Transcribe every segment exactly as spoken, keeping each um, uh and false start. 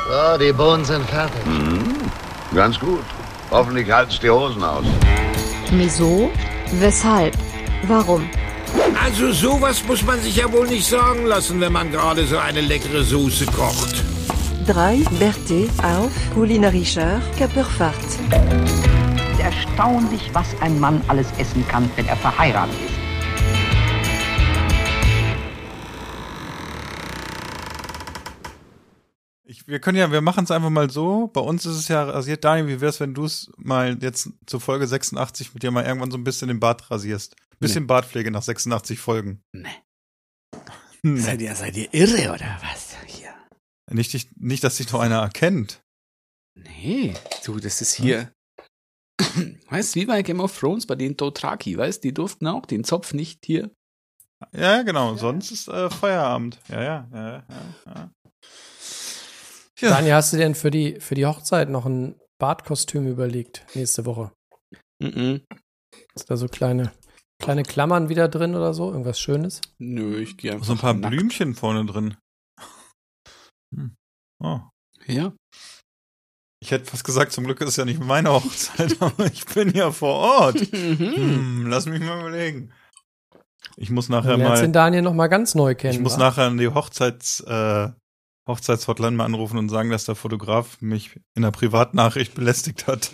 So, die Bohnen sind fertig. Mhm. Ganz gut. Hoffentlich halten's die Hosen aus. Wieso? Weshalb? Warum? Also sowas muss man sich ja wohl nicht sagen lassen, wenn man gerade so eine leckere Soße kocht. drei Berthe auf kulinarischer Körperfahrt. Erstaunlich, was ein Mann alles essen kann, wenn er verheiratet ist. Ich, wir können ja, wir machen es einfach mal so. Bei uns ist es ja rasiert. Daniel, wie wär's, wenn du es mal jetzt zur Folge sechsundachtzig mit dir mal irgendwann so ein bisschen den Bart rasierst? Bisschen nee. Bartpflege nach sechsundachtzig Folgen. Nee. nee. Seid ihr, seid ihr irre oder was? Hier. Nicht, nicht, dass sich noch einer erkennt. Nee, du, das ist hier. Hm. Weißt du, wie bei Game of Thrones bei den Dothraki, weißt du, die durften auch den Zopf nicht hier. Ja, genau, ja. Sonst ist äh, Feierabend. Ja, ja, ja, ja, ja. Ja. Daniel, hast du denn für die, für die Hochzeit noch ein Bartkostüm überlegt, nächste Woche? Mhm. Ist da so kleine, kleine Klammern wieder drin oder so? Irgendwas Schönes? Nö, ich gehe einfach so ein paar nackt. Blümchen vorne drin. Hm. Oh. Ja. Ich hätte fast gesagt, zum Glück ist es ja nicht meine Hochzeit, aber ich bin ja vor Ort. hm, lass mich mal überlegen. Ich muss nachher mal. Du mal. den Daniel noch mal ganz neu kennen. Ich muss wa? nachher an die Hochzeits, äh, Hochzeitshotline mal anrufen und sagen, dass der Fotograf mich in einer Privatnachricht belästigt hat.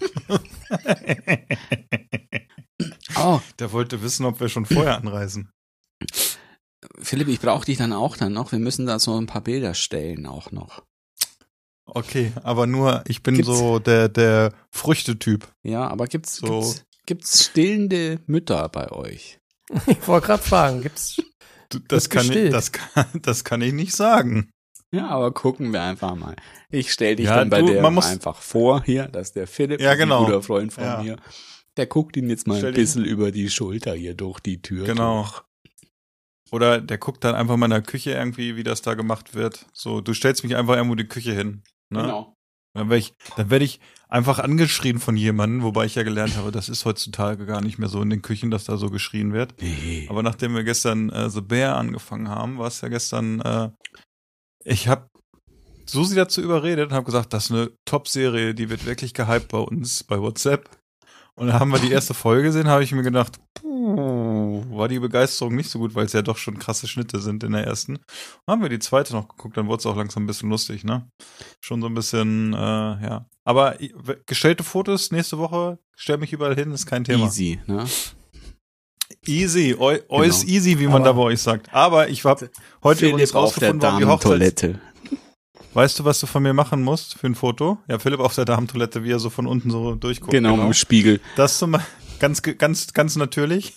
Oh. Der wollte wissen, ob wir schon vorher anreisen. Philipp, ich brauche dich dann auch dann noch. Wir müssen da so ein paar Bilder stellen auch noch. Okay, aber nur, ich bin gibt's, so der, der Früchtetyp. Ja, aber gibt's, so. gibt's, gibt's stillende Mütter bei euch? Ich wollte gerade fragen, gibt's du, das, kann ich, das, kann, das kann ich nicht sagen. Ja, aber gucken wir einfach mal. Ich stell dich ja, dann bei du, der einfach vor hier, dass der Philipp, ja, genau. ein guter Freund von ja. mir, der guckt ihn jetzt mal stell ein bisschen dich. über die Schulter hier durch die Tür. Genau. Durch. Oder der guckt dann einfach mal in der Küche irgendwie, wie das da gemacht wird. So, du stellst mich einfach irgendwo in die Küche hin. Ne? Genau. Dann werde ich, dann werde ich einfach angeschrien von jemandem, wobei ich ja gelernt habe, das ist heutzutage gar nicht mehr so in den Küchen, dass da so geschrien wird. Nee. Aber nachdem wir gestern äh, The Bear angefangen haben, war es ja gestern, äh, ich habe Susi dazu überredet und habe gesagt, das ist eine Top-Serie, die wird wirklich gehypt bei uns, bei WhatsApp. Und dann haben wir die erste Folge gesehen, habe ich mir gedacht, puh, war die Begeisterung nicht so gut, weil es ja doch schon krasse Schnitte sind in der ersten. Und haben wir die zweite noch geguckt, dann wurde es auch langsam ein bisschen lustig, ne? Schon so ein bisschen, äh, ja. Aber gestellte Fotos nächste Woche, stell mich überall hin, ist kein Thema. Easy, ne? Easy, eu, eus genau. easy, wie man Aber da bei euch sagt. Aber ich habe heute Philipp übrigens rausgefunden, warum die Hochzeit. Weißt du, was du von mir machen musst für ein Foto? Ja, Philipp auf der Damentoilette, wie er so von unten so durchguckt. Genau, genau. Im Spiegel. Das zum ganz, ganz, ganz natürlich.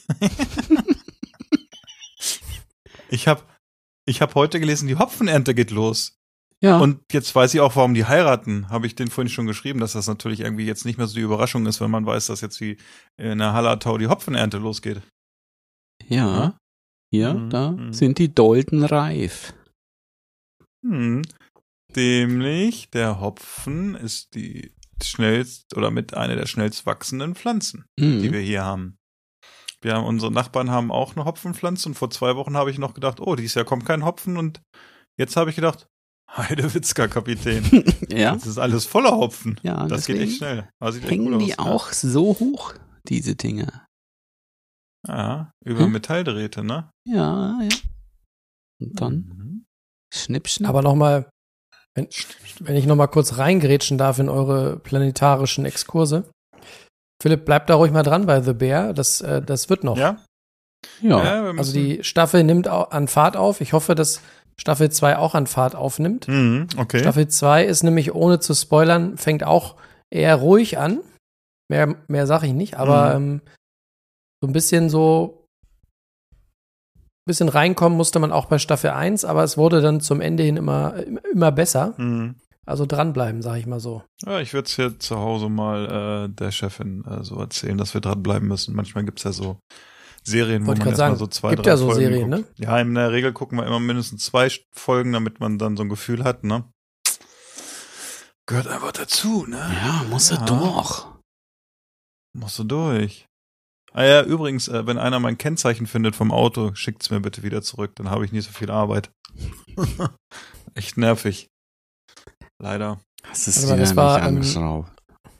ich habe ich hab heute gelesen, die Hopfenernte geht los. Ja. Und jetzt weiß ich auch, warum die heiraten. Habe ich den vorhin schon geschrieben, dass das natürlich irgendwie jetzt nicht mehr so die Überraschung ist, wenn man weiß, dass jetzt wie in der Hallertau die Hopfenernte losgeht. Ja. Hier, mhm. da mhm. sind die Dolden reif. Hm. Nämlich, der Hopfen ist die schnellst oder mit einer der schnellst wachsenden Pflanzen, mhm. die wir hier haben. Wir haben, unsere Nachbarn haben auch eine Hopfenpflanze und vor zwei Wochen habe ich noch gedacht, oh, dieses Jahr kommt kein Hopfen und jetzt habe ich gedacht, Heidewitzka, Kapitän. Ja. Das ist alles voller Hopfen. Ja, das geht echt schnell. Also hängen die aus, auch ja. so hoch, diese Dinge? Ja, über hm? Metalldrähte, ne? Ja, ja. Und dann mhm. schnipp, schnipp. Aber nochmal, wenn, wenn ich nochmal kurz reingrätschen darf in eure planetarischen Exkurse. Philipp, bleib da ruhig mal dran bei The Bear. Das, äh, das wird noch. Ja. Ja. ja also die Staffel nimmt an Fahrt auf. Ich hoffe, dass Staffel zwei auch an Fahrt aufnimmt. Mhm, okay. Staffel zwei ist nämlich, ohne zu spoilern, fängt auch eher ruhig an. Mehr, mehr sage ich nicht, aber mhm. ähm, so ein bisschen so ein bisschen reinkommen musste man auch bei Staffel eins, aber es wurde dann zum Ende hin immer, immer besser. Mhm. Also dranbleiben, sag ich mal so. Ja, ich würde es hier zu Hause mal äh, der Chefin äh, so erzählen, dass wir dranbleiben müssen. Manchmal gibt's ja so Serien, wo Wollte man erstmal sagen, so zwei, gibt drei ja so Folgen Serien, guckt. ne? Ja, in der Regel gucken wir immer mindestens zwei Folgen, damit man dann so ein Gefühl hat, ne? Gehört einfach dazu, ne? Ja, muss ja. er doch. Musst du durch. Ah ja, übrigens, äh, wenn einer mein Kennzeichen findet vom Auto, schickt's mir bitte wieder zurück, dann habe ich nicht so viel Arbeit. Echt nervig. Leider. Das ist Warte mal, wieder das war, nicht ähm, angeschraubt.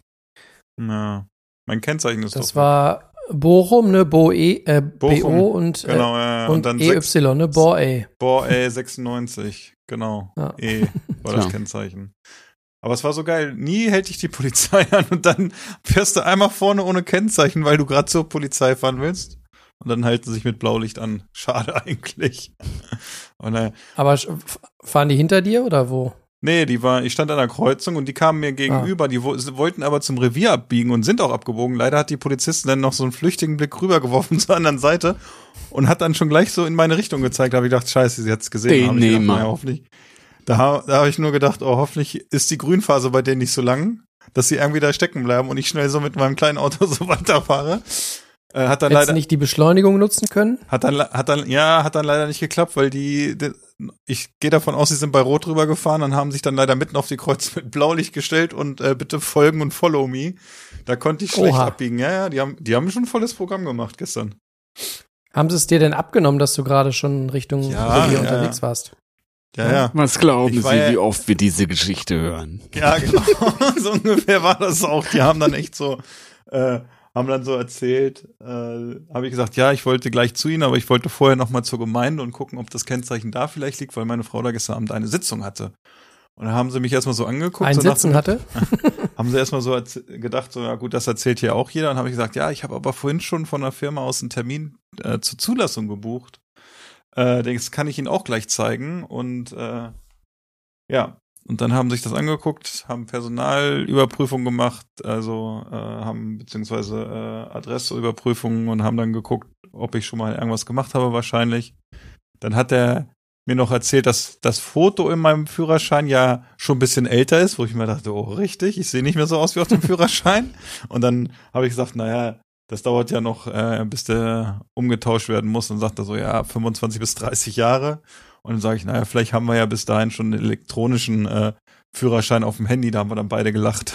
Ja. Mein Kennzeichen ist Das doch. war Bochum, ne? Bo E, äh, B Bochum. O und, äh, Genau, ja, ja. und, und dann E Y, ne? Bo E. Boah, ey, sechsundneunzig. Genau. Ja. E war das Klar. Kennzeichen. Aber es war so geil. Nie hält dich die Polizei an und dann fährst du einmal vorne ohne Kennzeichen, weil du gerade zur Polizei fahren willst. Und dann halten sie sich mit Blaulicht an. Schade eigentlich. Und, äh, Aber sch- f- fahren die hinter dir oder wo? nee, die war, ich stand an der Kreuzung und die kamen mir gegenüber. Die wo, sie wollten aber zum Revier abbiegen und sind auch abgebogen. Leider hat die Polizistin dann noch so einen flüchtigen Blick rübergeworfen zur anderen Seite und hat dann schon gleich so in meine Richtung gezeigt. Da habe ich gedacht, scheiße, sie hat's gesehen. Den Da hab ich gedacht, nehmen wir. naja, hoffentlich. Da, da habe ich nur gedacht, oh, hoffentlich ist die Grünphase bei denen nicht so lang, dass sie irgendwie da stecken bleiben und ich schnell so mit meinem kleinen Auto so weiterfahre. Äh, hat dann Hättest leider, du nicht die Beschleunigung nutzen können? hat dann, hat dann, ja, hat dann leider nicht geklappt, weil die, die ich gehe davon aus, sie sind bei Rot drüber gefahren und haben sich dann leider mitten auf die Kreuz mit Blaulicht gestellt und äh, bitte folgen und follow me. Da konnte ich schlecht Oha. abbiegen. Ja, ja, die haben, die haben schon ein volles Programm gemacht gestern. Haben sie es dir denn abgenommen, dass du gerade schon Richtung Ja, Revier ja, unterwegs ja. warst? Ja, ja. Was glauben Ich Sie, war ja- wie oft wir diese Geschichte hören? Ja, genau. So ungefähr war das auch. Die haben dann echt so, äh, haben dann so erzählt, äh, habe ich gesagt, ja, ich wollte gleich zu Ihnen, aber ich wollte vorher noch mal zur Gemeinde und gucken, ob das Kennzeichen da vielleicht liegt, weil meine Frau da gestern Abend eine Sitzung hatte. Und dann haben sie mich erstmal so angeguckt. Ein so nach Sitzen dem- hatte? Haben sie erstmal so erz- gedacht, so, ja gut, das erzählt hier auch jeder. Und habe ich gesagt, ja, ich habe aber vorhin schon von der Firma aus einen Termin äh, zur Zulassung gebucht. Äh, das kann ich Ihnen auch gleich zeigen. Und äh, ja, und dann haben sich das angeguckt, haben Personalüberprüfung gemacht, also äh, haben beziehungsweise äh, Adressüberprüfungen und haben dann geguckt, ob ich schon mal irgendwas gemacht habe wahrscheinlich. Dann hat er mir noch erzählt, dass das Foto in meinem Führerschein ja schon ein bisschen älter ist, wo ich mir dachte, oh richtig, ich sehe nicht mehr so aus wie auf dem Führerschein. Und dann habe ich gesagt, naja, das dauert ja noch, äh, bis der umgetauscht werden muss. Und sagt er so, ja, fünfundzwanzig bis dreißig Jahre. Und dann sage ich, naja, vielleicht haben wir ja bis dahin schon einen elektronischen äh, Führerschein auf dem Handy. Da haben wir dann beide gelacht.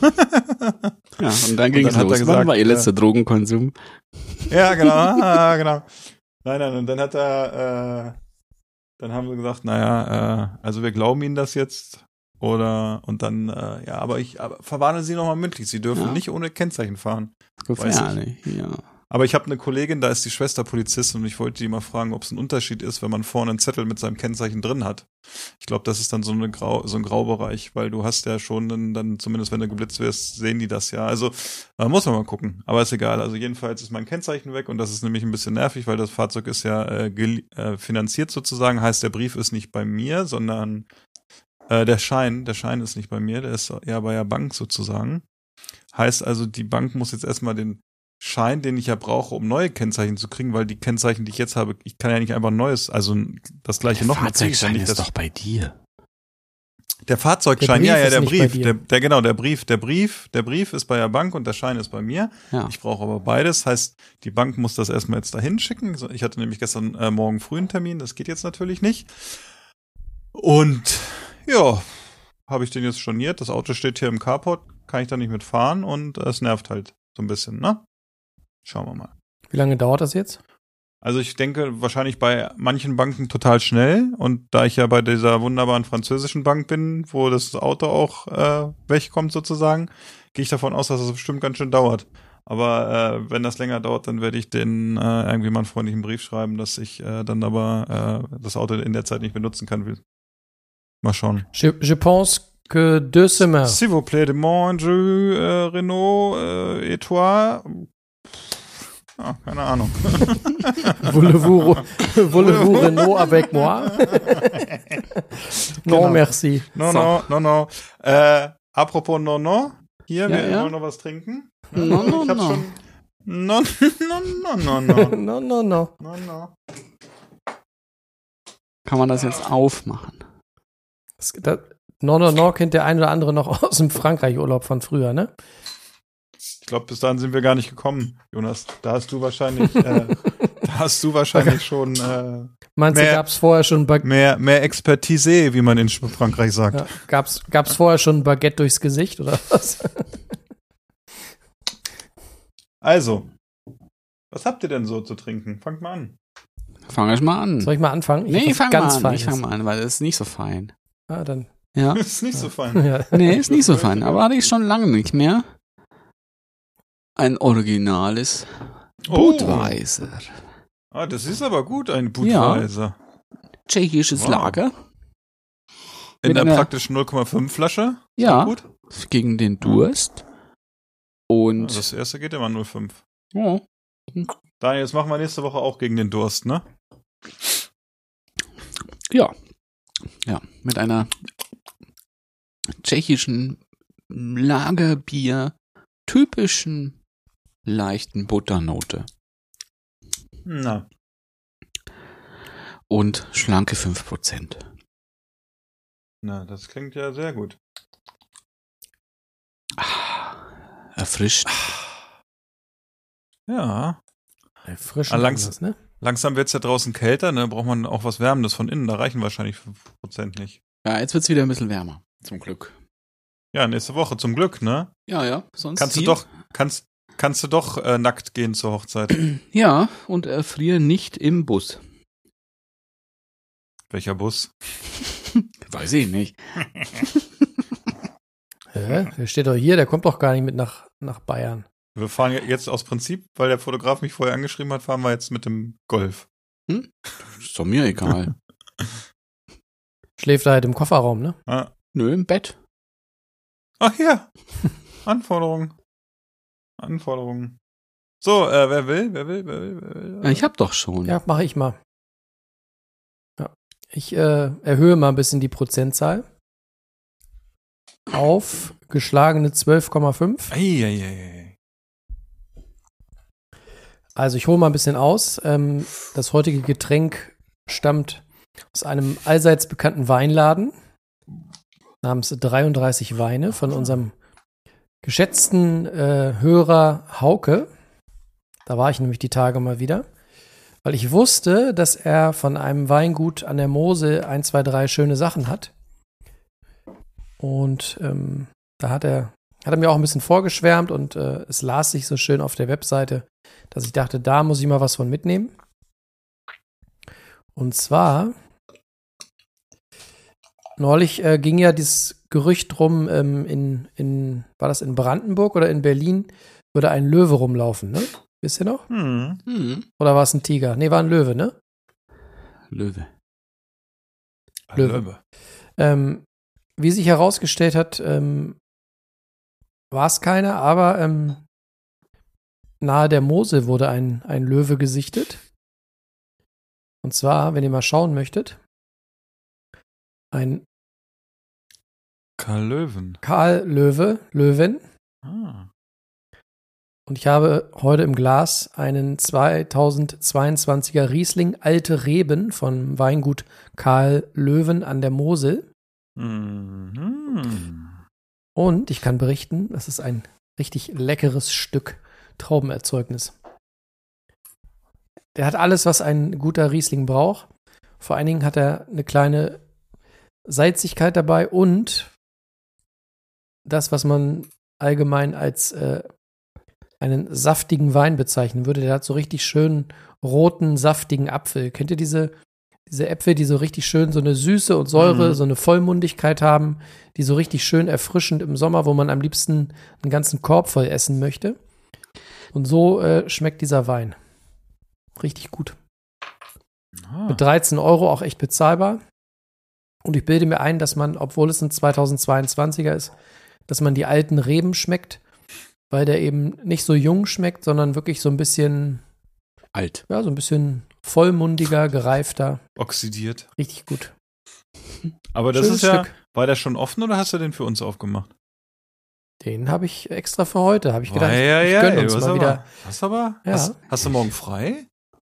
Ja, und dann ging dann es hat er los. gesagt, Wann war Ihr äh, letzter Drogenkonsum? Ja, genau, ah, genau. Nein, nein, und dann hat er, äh, dann haben wir gesagt, naja, äh, also wir glauben Ihnen das jetzt. Oder, und dann, äh, ja, aber ich, aber verwarnen Sie nochmal mündlich. Sie dürfen Ja. nicht ohne Kennzeichen fahren. Gefährlich, ja. Aber ich habe eine Kollegin, da ist die Schwester Polizistin und ich wollte die mal fragen, ob es ein Unterschied ist, wenn man vorne einen Zettel mit seinem Kennzeichen drin hat. Ich glaube, das ist dann so, eine Grau, so ein Graubereich, weil du hast ja schon dann, dann, zumindest wenn du geblitzt wirst, sehen die das ja. Also da muss man mal gucken, aber ist egal. Also jedenfalls ist mein Kennzeichen weg und das ist nämlich ein bisschen nervig, weil das Fahrzeug ist ja äh, gel- äh, finanziert sozusagen, heißt der Brief ist nicht bei mir, sondern äh, der Schein, der Schein ist nicht bei mir, der ist ja bei der Bank sozusagen. Heißt also, die Bank muss jetzt erstmal den Schein, den ich ja brauche, um neue Kennzeichen zu kriegen, weil die Kennzeichen, die ich jetzt habe, ich kann ja nicht einfach ein neues, also das gleiche Der noch mit kriegen. Fahrzeugschein Nicht ist das- doch bei dir. Der Fahrzeugschein, Der ja, Brief ja, ist der nicht bei Brief, dir. der, der genau, der Brief, der Brief, der Brief ist bei der Bank und der Schein ist bei mir. Ja. Ich brauche aber beides, heißt, die Bank muss das erstmal jetzt dahin schicken. So, ich hatte nämlich gestern äh, Morgen früh einen Termin, das geht jetzt natürlich nicht. Und ja, habe ich den jetzt storniert. Das Auto steht hier im Carport, kann ich da nicht mitfahren und äh, es nervt halt so ein bisschen, ne? Schauen wir mal. Wie lange dauert das jetzt? Also ich denke wahrscheinlich bei manchen Banken total schnell und da ich ja bei dieser wunderbaren französischen Bank bin, wo das Auto auch äh, wegkommt sozusagen, gehe ich davon aus, dass es bestimmt ganz schön dauert. Aber äh, wenn das länger dauert, dann werde ich den äh, irgendwie mal einen freundlichen Brief schreiben, dass ich äh, dann aber äh, das Auto in der Zeit nicht benutzen kann. Will. Mal schauen. Je, je pense que deux semaines. S'il vous plaît, de manger, äh, Renault, äh, et toi? Ah, keine Ahnung. Voulez-vous, voulez-vous Renault avec moi? Non, Genau. merci. No, So. no, no, no. Äh, apropos no, no. Hier, Ja, wir ja. wollen noch was trinken. No, no, ich hab no. schon. No, no, no, no, no. No, no, no. No, no. Kann man das jetzt aufmachen? Das, das, no, no, no kennt der ein oder andere noch aus dem Frankreich-Urlaub von früher, ne? Ich glaube, bis dahin sind wir gar nicht gekommen, Jonas. Da hast du wahrscheinlich, äh, da hast du wahrscheinlich schon äh, Meinst du, Mehr- gab's vorher schon Ba- mehr, mehr Expertise, wie man in Frankreich sagt. ja, gab's, gab's vorher schon Baguette durchs Gesicht oder was? Also, was habt ihr denn so zu trinken? Fangt mal an. Fang ich mal an. Soll ich mal anfangen? Ich nee, hab was fang ganz mal an. Feines. Ich fang mal an, weil das ist nicht so fein. Ah, dann Ja. Ist nicht so fein. Ja. Nee, ist nicht so fein, aber hatte ich schon lange nicht mehr. Ein originales Oh. Budweiser. Ah, das ist aber gut, ein Ja. Budweiser. Tschechisches Wow. Lager. In Mit der einer- praktischen null Komma fünf Flasche. Ist Ja. auch gut. Gegen den Durst. Und Ja, das erste geht immer null Komma fünf. ja, Daniel, das machen wir nächste Woche auch gegen den Durst, ne? ja, ja, mit einer tschechischen Lagerbier typischen leichten Butternote Na. und schlanke fünf Prozent. Na, das klingt ja sehr gut. Ah, erfrischt. Ja. Erfrischend Ah, langs- anders, ne? Langsam wird's ja draußen kälter, ne? Braucht man auch was Wärmendes von innen. Da reichen wahrscheinlich fünf Prozent nicht. Ja, jetzt wird's wieder ein bisschen wärmer. Zum Glück. Ja, nächste Woche zum Glück, ne? Ja, ja, sonst Kannst du hier- doch, kannst, kannst du doch äh, nackt gehen zur Hochzeit. Ja, und erfriere nicht im Bus. Welcher Bus? Weiß ich nicht. Hä? Der steht doch hier, der kommt doch gar nicht mit nach, nach Bayern. Wir fahren jetzt aus Prinzip, weil der Fotograf mich vorher angeschrieben hat, fahren wir jetzt mit dem Golf. Ist doch mir egal. Schläft er halt im Kofferraum, ne? Ah. Nö, im Bett. Ach ja. Anforderungen. Anforderungen. So, äh, wer will? Wer will? Wer will? Wer will? Ja, ich hab doch schon. Ja, mache ich mal. Ja. Ich äh, erhöhe mal ein bisschen die Prozentzahl auf geschlagene zwölf Komma fünf. Eieiei. Also ich hole mal ein bisschen aus. Ähm, das heutige Getränk stammt aus einem allseits bekannten Weinladen namens dreiunddreißig Weine von unserem geschätzten äh, Hörer Hauke. Da war ich nämlich die Tage mal wieder, weil ich wusste, dass er von einem Weingut an der Mosel ein, zwei, drei schöne Sachen hat. Und ähm, da hat er, hat er mir auch ein bisschen vorgeschwärmt und äh, es las sich so schön auf der Webseite, dass ich dachte, da muss ich mal was von mitnehmen. Und zwar, neulich äh, ging ja dieses Gerücht rum, ähm, in, in, war das in Brandenburg oder in Berlin, würde ein Löwe rumlaufen, ne? Wisst ihr noch? Hm. Hm. Oder war es ein Tiger? Nee, war ein Löwe, ne? Löwe. Löwe. Löwe. Ähm, wie sich herausgestellt hat, ähm, war es keiner, aber ähm, nahe der Mosel wurde ein, ein Löwe gesichtet. Und zwar, wenn ihr mal schauen möchtet, ein Karl Löwen. Karl Löwe, Löwen. Ah. Und ich habe heute im Glas einen zweitausendzweiundzwanziger Riesling Alte Reben von Weingut Karl Löwen an der Mosel. Mhm. Und ich kann berichten, das ist ein richtig leckeres Stück Traubenerzeugnis. Der hat alles, was ein guter Riesling braucht. Vor allen Dingen hat er eine kleine Salzigkeit dabei und das, was man allgemein als äh, einen saftigen Wein bezeichnen würde. Der hat so richtig schönen roten, saftigen Apfel. Kennt ihr diese, diese Äpfel, die so richtig schön so eine Süße und Säure, Mhm. so eine Vollmundigkeit haben, die so richtig schön erfrischend im Sommer, wo man am liebsten einen ganzen Korb voll essen möchte. Und so äh, schmeckt dieser Wein. Richtig gut. Ah. Mit dreizehn Euro auch echt bezahlbar. Und ich bilde mir ein, dass man, obwohl es ein zweitausendzweiundzwanziger ist, dass man die alten Reben schmeckt, weil der eben nicht so jung schmeckt, sondern wirklich so ein bisschen, Alt. ja, so ein bisschen vollmundiger, gereifter. Oxidiert. Richtig gut. Aber das Schönes ist ja, Stück. war der schon offen oder hast du den für uns aufgemacht? Den habe ich extra für heute. Habe ich gedacht, ja, ja, ich ja, gönne uns du hast mal aber, wieder. Hast aber? Ja. Hast, hast du morgen frei?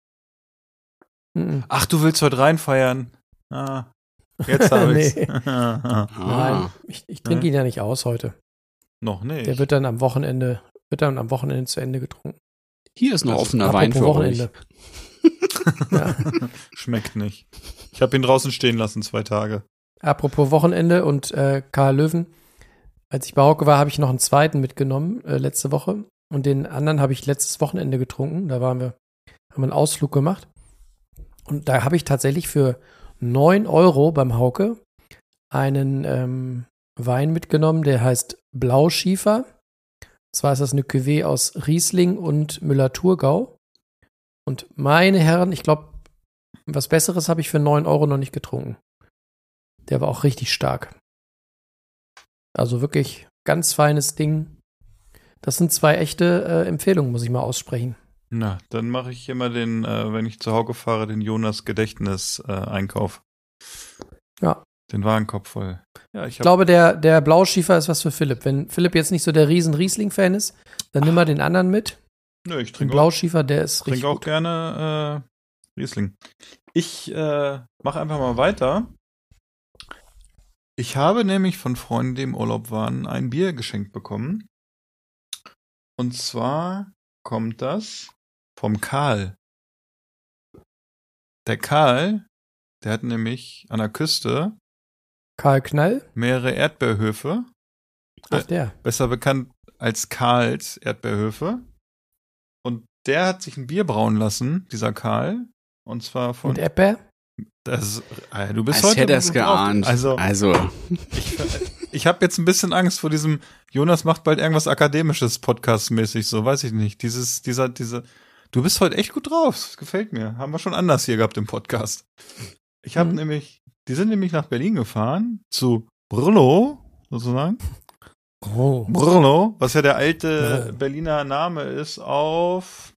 Mhm. Ach, du willst heute reinfeiern. Ah, jetzt habe ich's. Nee. Ah. Nein, ich, ich trinke ihn ja nicht aus heute. Noch nicht. Der wird dann am Wochenende, wird dann am Wochenende zu Ende getrunken. Hier ist noch Also, offener Wein für Wochenende. Ja. Schmeckt nicht. Ich habe ihn draußen stehen lassen, zwei Tage. Apropos Wochenende und äh, Karl Löwen. Als ich bei Hauke war, habe ich noch einen zweiten mitgenommen, äh, letzte Woche. Und den anderen habe ich letztes Wochenende getrunken. Da waren wir, haben wir einen Ausflug gemacht. Und da habe ich tatsächlich für neun Euro beim Hauke einen ähm, Wein mitgenommen, der heißt Blauschiefer. Und zwar ist das eine Cuvée aus Riesling und Müller-Thurgau. Und meine Herren, ich glaube, was Besseres habe ich für neun Euro noch nicht getrunken. Der war auch richtig stark. Also wirklich ganz feines Ding. Das sind zwei echte äh, Empfehlungen, muss ich mal aussprechen. Na, dann mache ich immer den, äh, wenn ich zu Hauke fahre, den Jonas Gedächtnis-Einkauf. Ja. Den Warenkorb voll. Ja, ich, Ich glaube, der, der Blauschiefer ist was für Philipp. Wenn Philipp jetzt nicht so der riesen Riesling-Fan ist, dann nimm mal den anderen mit. Nö, ich Den trinke auch, Blauschiefer, der ist trink richtig auch gut. gerne äh, Riesling. Ich äh, mache einfach mal weiter. Ich habe nämlich von Freunden, die im Urlaub waren, ein Bier geschenkt bekommen. Und zwar kommt das vom Karl. Der Karl, der hat nämlich an der Küste Karl Knall? mehrere Erdbeerhöfe. Ach, der. Besser bekannt als Karls Erdbeerhöfe. Und der hat sich ein Bier brauen lassen, dieser Karl. Und zwar von. Und Erdbeer? Das, äh, du bist Als heute hätte er es gut drauf. geahnt. Also, also. ich, ich habe jetzt ein bisschen Angst vor diesem, Jonas macht bald irgendwas Akademisches, Podcast-mäßig, so, weiß ich nicht. Dieses, dieser, diese, du bist heute echt gut drauf, das gefällt mir. Haben wir schon anders hier gehabt im Podcast. Ich habe Mhm. nämlich, die sind nämlich nach Berlin gefahren, zu Brno, sozusagen. Oh. Brno, was ja der alte Ja. Berliner Name ist auf,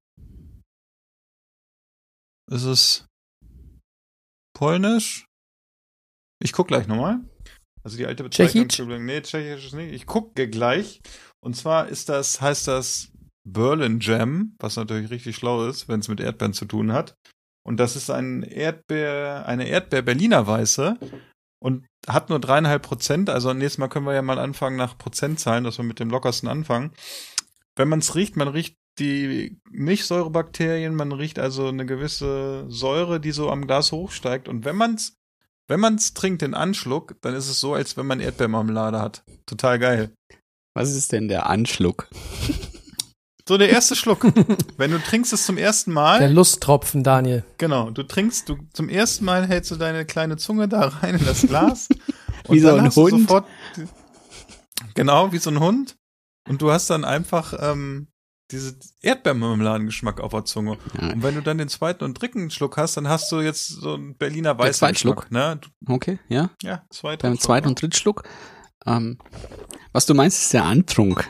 ist es Polnisch? Ich guck gleich nochmal. Also die alte Bezeichnung. Tschechisch? Nee, Tschechisch ist nicht. Ich gucke gleich. Und zwar ist das, heißt das Berlin Jam, was natürlich richtig schlau ist, wenn es mit Erdbeeren zu tun hat. Und das ist ein Erdbeer, eine Erdbeer-Berliner Weiße und hat nur dreieinhalb Prozent. Also nächstes Mal können wir ja mal anfangen nach Prozentzahlen, dass wir mit dem lockersten anfangen. Wenn man es riecht, man riecht die Milchsäurebakterien, man riecht also eine gewisse Säure, die so am Glas hochsteigt. Und wenn man es wenn man's trinkt, den Anschluck, dann ist es so, als wenn man Erdbeermarmelade hat. Total geil. Was ist denn der Anschluck? So der erste Schluck. Wenn du trinkst es zum ersten Mal. Der Lusttropfen, Daniel. Genau, du trinkst, du zum ersten Mal hältst du deine kleine Zunge da rein in das Glas. Wie so ein hast du Hund. Sofort, genau, wie so ein Hund. Und du hast dann einfach ähm, diese Erdbeermarmeladengeschmack auf der Zunge. Ja. Und wenn du dann den zweiten und dritten Schluck hast, dann hast du jetzt so einen Berliner Der zweite Weißweinschluck. Schluck? Ne? Du, Okay, ja. ja, zweiter Beim Schluck, zweiten ne? und dritten Schluck. Ähm, was du meinst, ist der Antrunk.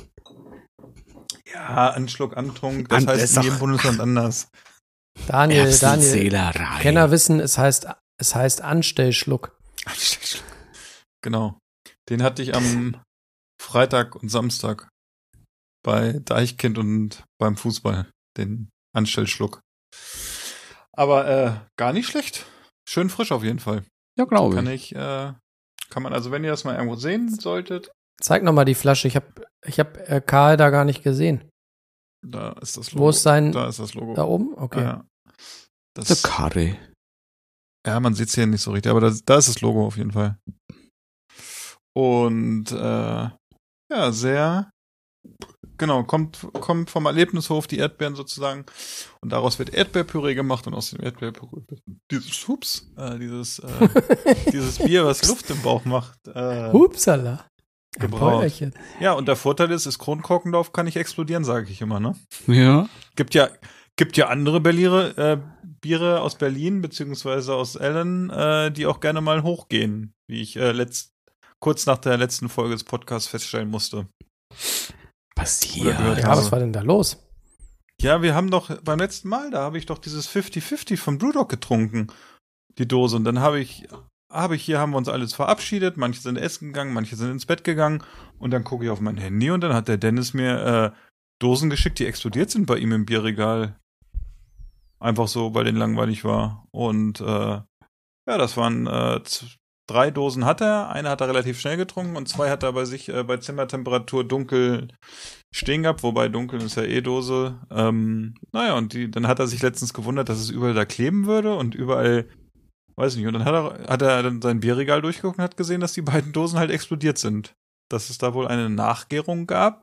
Ja, ein Schluck Antrunk, das An- das heißt ist in jedem doch- Bundesland anders. Daniel, Daniel. Erbsenseelerei. Kenner wissen, es heißt, es heißt Anstellschluck. Genau. Den hatte ich am Freitag und Samstag bei Deichkind und beim Fußball, den Anstellschluck. Aber äh, gar nicht schlecht. Schön frisch auf jeden Fall. Ja, glaube Kann ich. ich, äh, kann man, also wenn ihr das mal irgendwo sehen solltet, Zeig noch mal die Flasche. Ich habe ich hab äh, Karl da gar nicht gesehen. da ist das Logo. Wo ist sein- Da ist das Logo. Da oben? Okay. Ja, Der das, Karre. ja, man sieht es hier nicht so richtig, aber da, da ist das Logo auf jeden Fall. Und äh, ja, sehr genau, kommt, kommt vom Erlebnishof die Erdbeeren sozusagen und daraus wird Erdbeerpüree gemacht und aus dem Erdbeerpüree wird dieses Hups, äh, dieses äh, dieses Bier, was Luft im Bauch macht, äh, Hupsala. Ein gebraut. Bäuerchen. Ja, und der Vorteil ist, ist Kronkorkendorf kann nicht explodieren, sage ich immer, ne? Ja. Gibt ja gibt ja andere Berliner, äh, Biere aus Berlin beziehungsweise aus Ellen, äh, die auch gerne mal hochgehen, wie ich äh, letzt, kurz nach der letzten Folge des Podcasts feststellen musste. Passiert. Oder gehört Ja, habe. was war denn da los? Ja, wir haben doch beim letzten Mal, da habe ich doch dieses fünfzig fünfzig von Brewdog getrunken, die Dose. Und dann habe ich, habe ich hier, haben wir uns alles verabschiedet. Manche sind essen gegangen, manche sind ins Bett gegangen. Und dann gucke ich auf mein Handy und dann hat der Dennis mir äh, Dosen geschickt, die explodiert sind bei ihm im Bierregal. Einfach so, weil den langweilig war. Und äh, ja, das waren äh, z- drei Dosen hat er. Eine hat er relativ schnell getrunken und zwei hat er bei sich äh, bei Zimmertemperatur dunkel stehen gehabt, wobei dunkel ist ja eh Dose. Ähm, naja, und die, dann hat er sich letztens gewundert, dass es überall da kleben würde und überall, weiß nicht, und dann hat er, hat er dann sein Bierregal durchgeguckt und hat gesehen, dass die beiden Dosen halt explodiert sind. Dass es da wohl eine Nachgärung gab.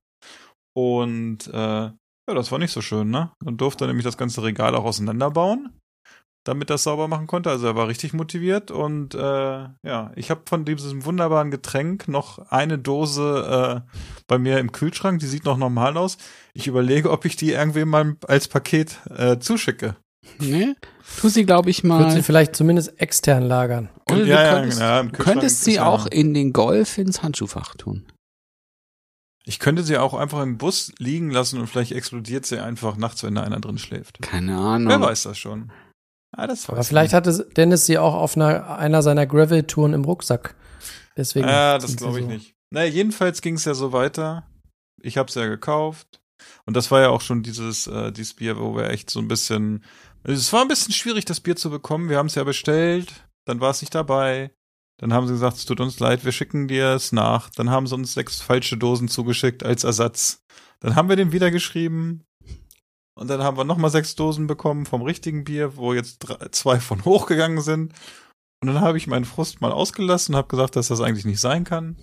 Und äh, ja, das war nicht so schön, ne? Dann durfte er nämlich das ganze Regal auch auseinanderbauen. damit er es sauber machen konnte. Also er war richtig motiviert und äh, ja, ich habe von diesem wunderbaren Getränk noch eine Dose äh, bei mir im Kühlschrank, die sieht noch normal aus. Ich überlege, ob ich die irgendwem mal als Paket äh, zuschicke. Nee, tu sie, glaube ich, Ich würde sie mal. vielleicht zumindest extern lagern. Oder du ja, könntest, ja, im du Kühlschrank könntest sie ist ja- auch in den Golf ins Handschuhfach tun. Ich könnte sie auch einfach im Bus liegen lassen und vielleicht explodiert sie einfach nachts, wenn da einer drin schläft. Keine Ahnung. Wer weiß das schon. Ah, das Aber weiß vielleicht ich. hatte Dennis sie auch auf einer, einer seiner Gravel-Touren im Rucksack. Deswegen. Ah, das sind sie glaube ich so. nicht. Naja, jedenfalls ging es ja so weiter. Ich habe es ja gekauft. Und das war ja auch schon dieses, äh, dieses Bier, wo wir echt so ein bisschen. Es war ein bisschen schwierig, das Bier zu bekommen. Wir haben es ja bestellt, dann war es nicht dabei. Dann haben sie gesagt, es tut uns leid, wir schicken dir es nach. Dann haben sie uns sechs falsche Dosen zugeschickt als Ersatz. Dann haben wir den wieder geschrieben. Und dann haben wir nochmal sechs Dosen bekommen vom richtigen Bier, wo jetzt drei, zwei von hochgegangen sind. Und dann habe ich meinen Frust mal ausgelassen und habe gesagt, dass das eigentlich nicht sein kann.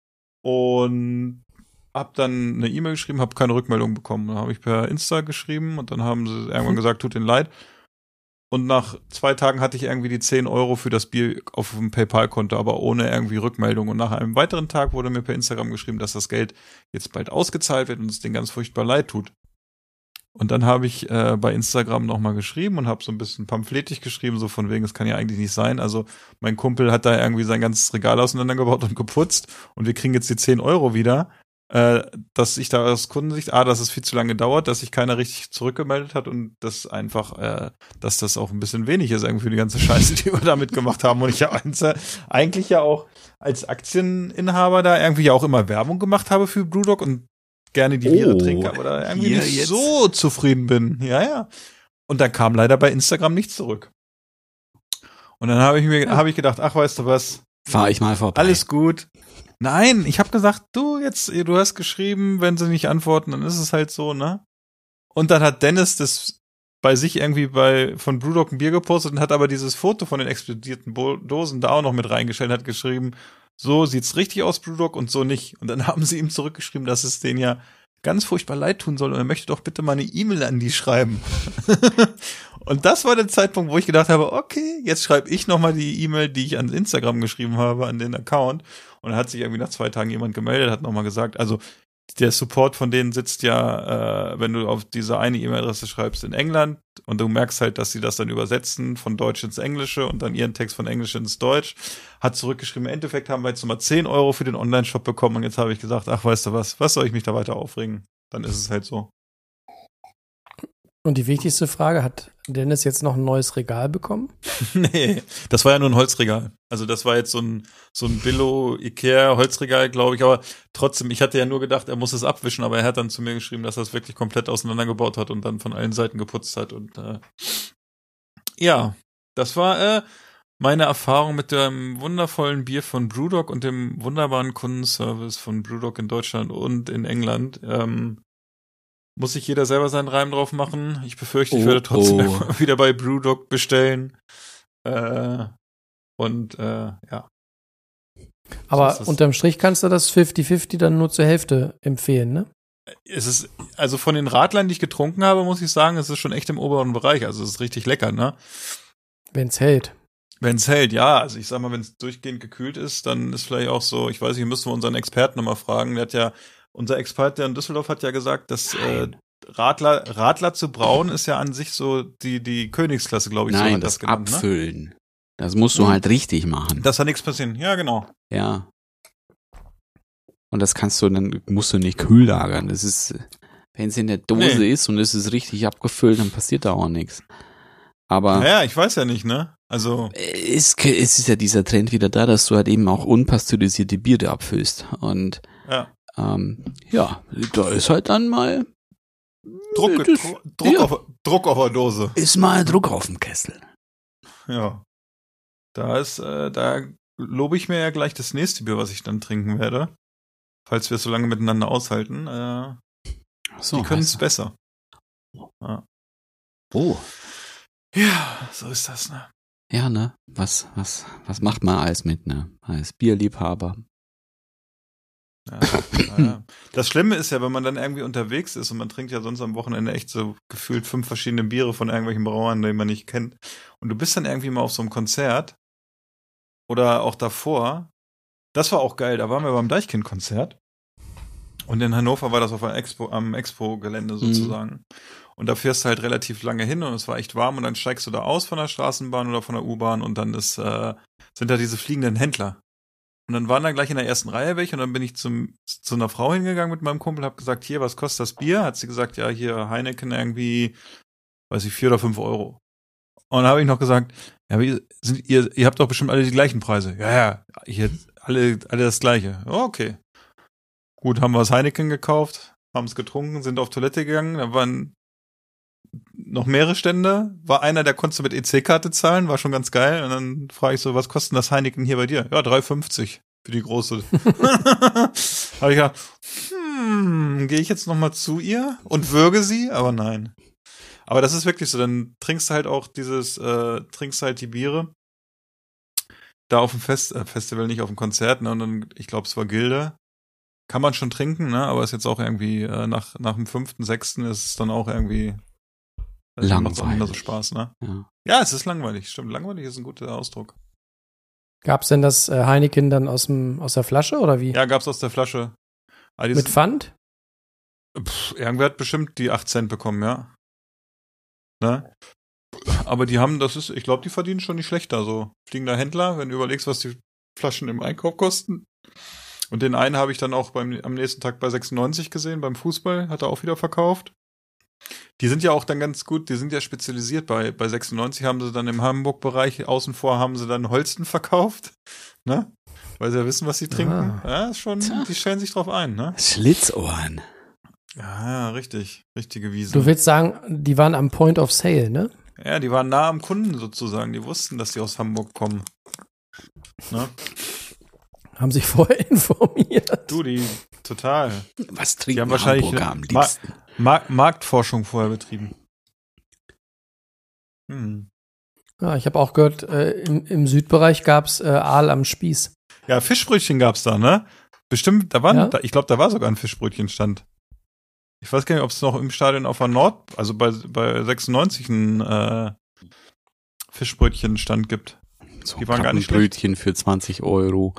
Und hab dann eine E-Mail geschrieben, habe keine Rückmeldung bekommen. Dann habe ich per Insta geschrieben und dann haben sie irgendwann gesagt, tut ihnen leid. Und nach zwei Tagen hatte ich irgendwie die zehn Euro für das Bier auf dem PayPal-Konto, aber ohne irgendwie Rückmeldung. Und nach einem weiteren Tag wurde mir per Instagram geschrieben, dass das Geld jetzt bald ausgezahlt wird und es denen ganz furchtbar leid tut. Und dann habe ich äh, bei Instagram nochmal geschrieben und habe so ein bisschen pamphletig geschrieben, so von wegen, es kann ja eigentlich nicht sein. Also mein Kumpel hat da irgendwie sein ganzes Regal auseinandergebaut und geputzt und wir kriegen jetzt die zehn Euro wieder. Äh, dass ich da aus Kundensicht, ah, dass es viel zu lange dauert, dass sich keiner richtig zurückgemeldet hat und dass einfach, äh, dass das auch ein bisschen wenig ist irgendwie für die ganze Scheiße, die wir damit gemacht haben. Und ich ja eigentlich ja auch als Aktieninhaber da irgendwie ja auch immer Werbung gemacht habe für Brewdog und gerne die Biere Oh, trinke, aber da irgendwie hier nicht jetzt. so zufrieden bin. Ja, ja. Und dann kam leider bei Instagram nichts zurück. Und dann habe ich mir, habe ich gedacht, ach, weißt du was, Fahr ich mal vorbei. alles gut. Nein, ich habe gesagt, du jetzt, du hast geschrieben, wenn sie nicht antworten, dann ist es halt so, ne? Und dann hat Dennis das bei sich irgendwie bei von Brewdog ein Bier gepostet und hat aber dieses Foto von den explodierten Bo- Dosen da auch noch mit reingestellt, hat geschrieben, so sieht's richtig aus, Brewdog, und so nicht. Und dann haben sie ihm zurückgeschrieben, dass es denen ja ganz furchtbar leid tun soll und er möchte doch bitte mal eine E-Mail an die schreiben. Und das war der Zeitpunkt, wo ich gedacht habe, okay, jetzt schreibe ich nochmal die E-Mail, die ich an Instagram geschrieben habe, an den Account. Und dann hat sich irgendwie nach zwei Tagen jemand gemeldet, hat nochmal gesagt, also der Support von denen sitzt ja, äh, wenn du auf diese eine E-Mail-Adresse schreibst, in England und du merkst halt, dass sie das dann übersetzen von Deutsch ins Englische und dann ihren Text von Englisch ins Deutsch. Hat zurückgeschrieben, im Endeffekt haben wir jetzt nochmal zehn Euro für den Online-Shop bekommen und jetzt habe ich gesagt, ach, weißt du was, was soll ich mich da weiter aufregen? Dann ist es halt so. Und die wichtigste Frage, hat Dennis jetzt noch ein neues Regal bekommen? Nee, das war ja nur ein Holzregal. Also das war jetzt so ein so ein Billo-Ikea-Holzregal, glaube ich. Aber trotzdem, ich hatte ja nur gedacht, er muss es abwischen, aber er hat dann zu mir geschrieben, dass er es wirklich komplett auseinandergebaut hat und dann von allen Seiten geputzt hat. Und äh, ja, das war äh, meine Erfahrung mit dem wundervollen Bier von Brewdog und dem wunderbaren Kundenservice von Brewdog in Deutschland und in England. Ähm, Muss sich jeder selber seinen Reim drauf machen. Ich befürchte, ich Oh, werde trotzdem oh. immer wieder bei Brewdog bestellen. Äh, und äh, ja. Aber ist das. unterm Strich kannst du das fünfzig fünfzig dann nur zur Hälfte empfehlen, ne? Es ist, also von den Radlern, die ich getrunken habe, muss ich sagen, es ist schon echt im oberen Bereich. Also es ist richtig lecker, ne? Wenn's hält. Wenn es hält, ja. Also ich sag mal, wenn es durchgehend gekühlt ist, dann ist vielleicht auch so, ich weiß nicht, müssen wir unseren Experten nochmal fragen. Der hat ja, unser Experte in Düsseldorf hat ja gesagt, dass äh, Radler, Radler zu brauen ist ja an sich so die, die Königsklasse, glaube ich. so Nein, hat das, genannt, ne? Abfüllen. Das musst du Hm. halt richtig machen. Dass da nichts passieren. Ja, genau. Ja. Und das kannst du, dann musst du nicht kühl lagern. Das ist, wenn es in der Dose Nee. ist und es ist richtig abgefüllt, dann passiert da auch nichts. Aber Naja, ich weiß ja nicht, ne? Also, es, es ist ja dieser Trend wieder da, dass du halt eben auch unpasteurisierte Biere abfüllst. Und ja. ähm, ja, da ist halt dann mal Druck, das- Druck, Druck, ja. auf, Druck auf der Dose. ist mal Druck auf dem Kessel. Ja. Da ist, äh, da lobe ich mir ja gleich das nächste Bier, was ich dann trinken werde. Falls wir es so lange miteinander aushalten. Äh, So, die können es weißt besser. Ja. du. Oh. Ja, so ist das, ne? Ja, ne? Was, was, was macht man alles mit, ne? Als Bierliebhaber. Ja. Ja. Das Schlimme ist ja, wenn man dann irgendwie unterwegs ist und man trinkt ja sonst am Wochenende echt so gefühlt fünf verschiedene Biere von irgendwelchen Brauern, die man nicht kennt. Und du bist dann irgendwie mal auf so einem Konzert oder auch davor. Das war auch geil, da waren wir beim Deichkind-Konzert. Und in Hannover war das auf einer Expo, am Expo-Gelände sozusagen. Mhm. Und da fährst du halt relativ lange hin und es war echt warm und dann steigst du da aus von der Straßenbahn oder von der U-Bahn und dann ist, äh, sind da diese fliegenden Händler. Und dann waren da gleich in der ersten Reihe welche und dann bin ich zum, zu einer Frau hingegangen mit meinem Kumpel, hab gesagt, hier, was kostet das Bier? Hat sie gesagt, ja, hier Heineken irgendwie, weiß ich, vier oder fünf Euro. Und dann habe ich noch gesagt, ja, wie, sind, ihr, ihr habt doch bestimmt alle die gleichen Preise. Ja, ja, hier, alle, alle das Gleiche. Oh, okay. Gut, haben wir das Heineken gekauft, haben es getrunken, sind auf Toilette gegangen, da waren noch mehrere Stände, war einer, der konnte mit E C-Karte zahlen, war schon ganz geil. Und dann frage ich so, was kostet das Heineken hier bei dir? Ja, drei fünfzig für die große. Habe ich gedacht, hm, gehe ich jetzt nochmal zu ihr und würge sie? Aber nein. Aber das ist wirklich so, dann trinkst du halt auch dieses, äh, trinkst halt die Biere da auf dem Fest, äh, Festival, nicht auf dem Konzert, ne? Und dann, ich glaube, es war Gilde. Kann man schon trinken, ne? Aber ist jetzt auch irgendwie, äh, nach, nach dem fünften, sechsten ist es dann auch irgendwie langweilig. Macht auch nicht mehr so Spaß, ne? Ja. Ja, es ist langweilig, stimmt. Langweilig ist ein guter Ausdruck. Gab's denn das äh, Heineken dann aus dem aus der Flasche oder wie? Ja, gab's aus der Flasche. Also mit Pfand? Pff, irgendwer hat bestimmt die acht Cent bekommen, ja. Ne? Aber die haben, das ist, ich glaube, die verdienen schon nicht schlechter. So fliegender Händler, wenn du überlegst, was die Flaschen im Einkauf kosten. Und den einen habe ich dann auch beim, am nächsten Tag bei sechsundneunzig gesehen, beim Fußball, hat er auch wieder verkauft. Die sind ja auch dann ganz gut, die sind ja spezialisiert. Bei, bei sechsundneunzig haben sie dann im Hamburg-Bereich, außen vor haben sie dann Holsten verkauft, ne? Weil sie ja wissen, was sie trinken. Ah. Ja, ist schon, die stellen sich drauf ein, ne? Schlitzohren. Ja, ja, richtig, richtige Wiese. Du willst sagen, die waren am Point of Sale, ne? Ja, die waren nah am Kunden sozusagen, die wussten, dass die aus Hamburg kommen. Ne? Haben sich vorher informiert. Du, die, total. Was trinken die haben wahrscheinlich Hamburger am liebsten? Ma- Mark- Marktforschung vorher betrieben. Hm. Ja, ich habe auch gehört, äh, im, im Südbereich gab's äh, Aal am Spieß. Ja, Fischbrötchen gab's da, ne? Bestimmt, da waren, Ja? da, ich glaube, da war sogar ein Fischbrötchenstand. Ich weiß gar nicht, ob es noch im Stadion auf der Nord, also bei, bei sechsundneunzig ein äh, Fischbrötchenstand gibt. So Die waren gar nicht schlecht. Brötchen für zwanzig Euro.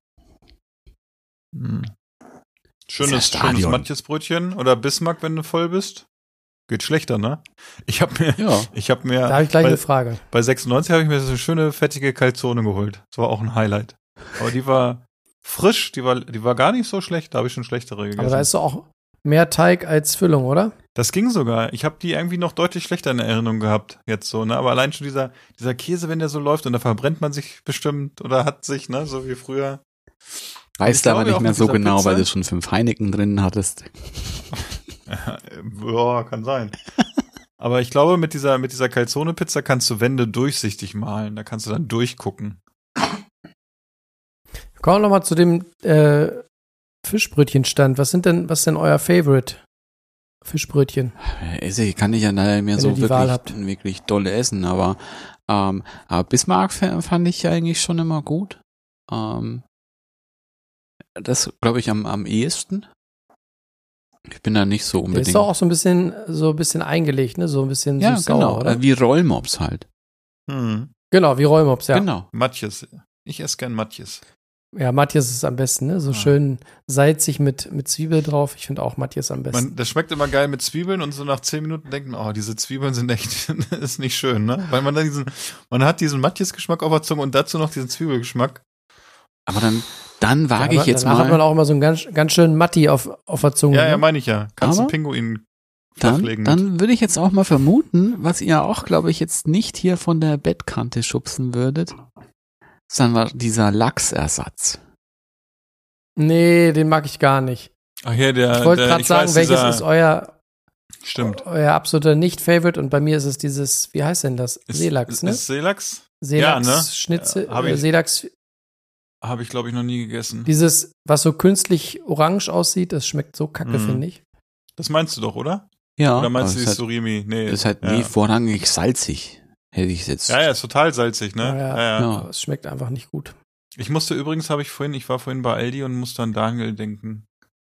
Hm. Das Schönes, ist ja Stadion. schönes Matjesbrötchen oder Bismarck, wenn du voll bist. Geht schlechter, ne? Ich habe mir, Ja. ich habe mir, Da habe ich gleich bei, eine Frage. bei sechsundneunzig habe ich mir so eine schöne fettige Calzone geholt. Das war auch ein Highlight. Aber die war frisch, die war, die war gar nicht so schlecht. Da habe ich schon schlechtere gegessen. Aber da ist doch auch mehr Teig als Füllung, oder? Das ging sogar. Ich habe die irgendwie noch deutlich schlechter in Erinnerung gehabt jetzt so, ne? Aber allein schon dieser dieser Käse, wenn der so läuft und da verbrennt man sich bestimmt oder hat sich, ne, so wie früher. Weißt Ich du aber glaube nicht auch mehr mit so dieser genau, Pizza. weil du schon fünf Heineken drin hattest. Ja, kann sein. Aber ich glaube, mit dieser mit dieser Calzone-Pizza kannst du Wände durchsichtig malen. Da kannst du dann durchgucken. Kommen wir noch mal zu dem äh, Fischbrötchenstand. Was sind denn, was ist denn euer Favorite Fischbrötchen? Also ich kann nicht ja leider mehr Wenn so ihr die Wahl habt. wirklich, wirklich dolle essen, aber, ähm, aber Bismarck f- fand ich eigentlich schon immer gut. Ähm, das glaube ich am, am ehesten. Ich bin da nicht so Der unbedingt. ist doch auch so ein bisschen, so ein bisschen eingelegt, ne? So ein bisschen ja, süß-sauer, genau, oder? äh, wie Rollmops halt. Hm. Genau, wie Rollmops, ja. Genau. Matjes. Ich esse gern Matjes. Ja, Matthias ist am besten, ne? So Ah. schön salzig mit, mit Zwiebel drauf. Ich finde auch Matthias am besten. Man, das schmeckt immer geil mit Zwiebeln und so nach zehn Minuten denkt man, oh, diese Zwiebeln sind echt, ist nicht schön, ne? Weil man dann diesen, man hat diesen Matjes-Geschmack auf der Zunge und dazu noch diesen Zwiebelgeschmack. Aber dann, dann wage ja, ich jetzt danach mal. hat man auch immer so einen ganz, ganz schönen Matti auf, auf der Zunge. Ja, ja, ne? meine ich ja. Kannst Aber einen Pinguin Dann, flachlegen. dann würde ich jetzt auch mal vermuten, was ihr auch, glaube ich, jetzt nicht hier von der Bettkante schubsen würdet, sondern war dieser Lachsersatz. Nee, den mag ich gar nicht. Ach ja, der, Ich wollte der- gerade ich sagen, weiß, welches dieser- ist euer, Stimmt. euer absoluter Nicht-Favorite und bei mir ist es dieses, wie heißt denn das? Ist, Seelachs, ist, ne? Ist Seelachs? Seelachs, ja, ne? Schnitzel, Ja, hab äh, ich- Seelachs, Habe ich, glaube ich, noch nie gegessen. dieses, was so künstlich orange aussieht, das schmeckt so kacke, Mhm. finde ich. Das meinst du doch, oder? Ja, Oder meinst aber du die es Surimi? Nee. ist halt, ist ja. halt nie vorrangig salzig, hätte ich jetzt. Ja, ja, ist total salzig, ne? Ja, ja. Ja, ja. Ja. Aber es schmeckt einfach nicht gut. Ich musste übrigens, habe ich vorhin, ich war vorhin bei Aldi und musste an Daniel denken.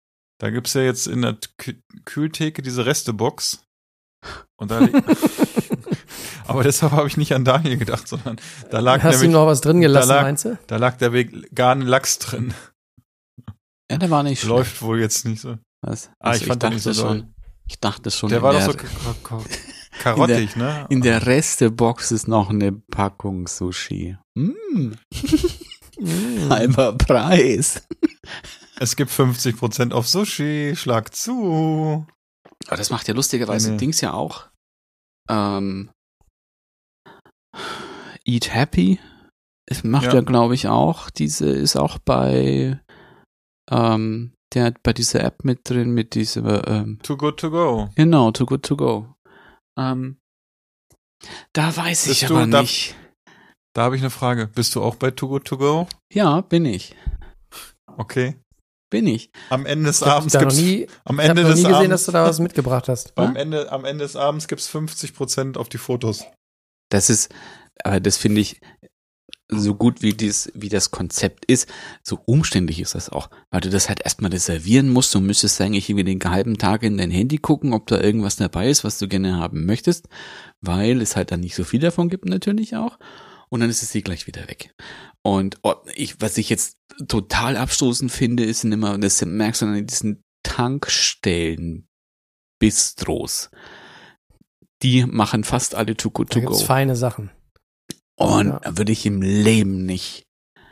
Da gibt's ja jetzt in der Kü- Kühltheke diese Restebox. Und da li- aber deshalb habe ich nicht an Daniel gedacht, sondern da lag Hast du nämlich, noch was drin gelassen, da lag, meinst du? da lag der veganen Lachs drin. Ja, der war nicht Läuft schlecht. wohl jetzt nicht so. Was? Ah, Also ich fand den dachte nicht so doll. schon, ich dachte schon, Der in war der, doch so ka- ka- karottig, ne? in der Restebox ist noch eine Packung Sushi. Mm. Halber Preis. Es gibt fünfzig Prozent auf Sushi, schlag zu. Aber das macht ja lustigerweise Nee, nee. Dings ja auch. Ähm, Eat Happy. Es macht ja, Ja. glaube ich, auch. Diese ist auch bei ähm, der hat bei dieser App mit drin, mit dieser ähm, Too good to go. genau, Too Good To Go. Ähm, da weiß ich Bist du aber da- nicht. Da habe ich eine Frage. Bist du auch bei Too good to go? Ja, bin ich. Okay. Bin ich. Am Ende des Ich habe Abends da noch gibt's nie, am ich hab Ende noch des nie gesehen, Abends dass du da was mitgebracht hast. am Ende am Ende des Abends gibt's fünfzig Prozent auf die Fotos. Das ist, aber das finde ich, so gut wie dies, wie das Konzept ist, so umständlich ist das auch, weil du das halt erstmal reservieren musst. Du müsstest eigentlich irgendwie den halben Tag in dein Handy gucken, ob da irgendwas dabei ist, was du gerne haben möchtest, weil es halt dann nicht so viel davon gibt natürlich auch. Und dann ist es hier gleich wieder weg. Und oh, ich, was ich jetzt total abstoßend finde, ist immer, das merkst du dann in diesen Tankstellen Bistros. Die machen fast alle Too Good Da To gibt's Go. feine Sachen. Und Ja. würde ich im Leben nicht.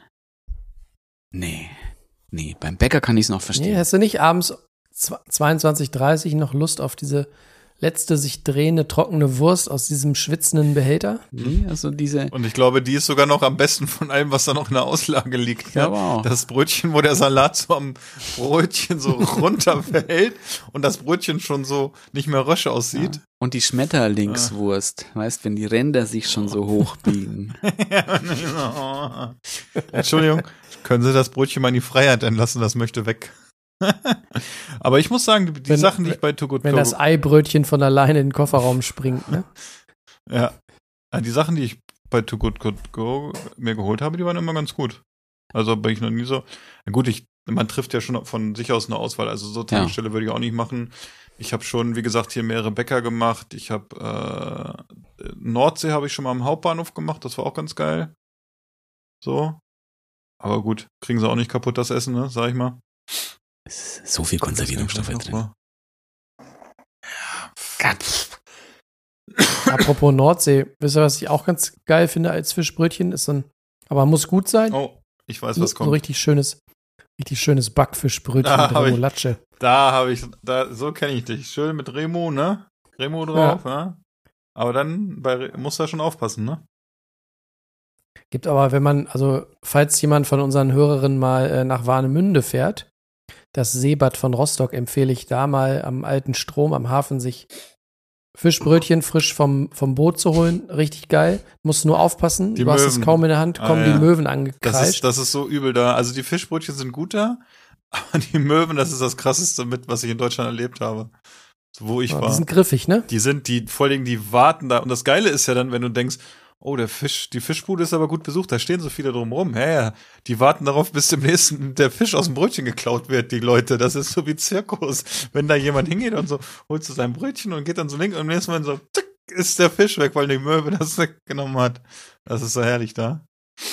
Nee. Nee, beim Bäcker kann ich es noch Nee, verstehen. hast du nicht abends zweiundzwanzig dreißig noch Lust auf diese letzte sich drehende trockene Wurst aus diesem schwitzenden Behälter? Nee, also diese. Und ich glaube, die ist sogar noch am besten von allem, was da noch in der Auslage liegt. Ja, Ne? wow. Das Brötchen, wo der Salat so am Brötchen so runterfällt und das Brötchen schon so nicht mehr rösch aussieht. Ja. Und die Schmetterlingswurst, weißt, wenn die Ränder sich schon so hoch biegen. Entschuldigung, können Sie das Brötchen mal in die Freiheit entlassen, das möchte weg. Aber ich muss sagen, die Wenn- Sachen, die ich bei Too Good Wenn To das Eibrötchen von alleine in den Kofferraum springt, ne? Ja. Ja, die Sachen, die ich bei Too Good To Go mir geholt habe, die waren immer ganz gut. Also bin ich noch nie so. Na gut, ich, man trifft ja schon von sich aus eine Auswahl. Also so Tankstelle würde ich auch nicht machen. Ich habe schon, wie gesagt, hier mehrere Bäcker gemacht. Ich habe äh, Nordsee habe ich schon mal am Hauptbahnhof gemacht. Das war auch ganz geil. So. Aber gut, kriegen sie auch nicht kaputt, das Essen, ne? Sag ich mal. Es ist so viel Konservierungsstoffe drin. Ja. Apropos Nordsee, wisst ihr, was ich auch ganz geil finde als Fischbrötchen? Ist so ein, aber muss gut sein. Oh, ich weiß, so, was kommt. so richtig schönes, richtig schönes Backfischbrötchen Da mit hab ich- Remoulatsche. Da habe ich, da, so kenne ich dich. Schön mit Remo, ne? Remo drauf, ja. Aber dann bei, Re- muss da schon aufpassen, ne? Gibt aber, wenn man, also falls jemand von unseren Hörerinnen mal äh, nach Warnemünde fährt, das Seebad von Rostock empfehle ich da mal am alten Strom am Hafen sich Fischbrötchen frisch vom, vom Boot zu holen. Richtig geil. Musst nur aufpassen. Die du hast es Möwen. kaum in der Hand, kommen Ah, ja. die Möwen Das ist, angekreischt. das ist so übel da. Also die Fischbrötchen sind gut da, aber die Möwen, das ist das krasseste mit, was ich in Deutschland erlebt habe. So, wo ich Ja, war. die sind griffig, ne? Die sind, die, vor allen Dingen, die warten da. Und das Geile ist ja dann, wenn du denkst, oh, der Fisch, die Fischbude ist aber gut besucht, da stehen so viele drumrum. Hä, ja, die warten darauf, bis dem nächsten der Fisch aus dem Brötchen geklaut wird, die Leute. Das ist so wie Zirkus. Wenn da jemand hingeht und so, holst du sein Brötchen und geht dann so links und im nächsten Moment so, tick, ist der Fisch weg, weil die Möwe das weggenommen hat. Das ist so herrlich da.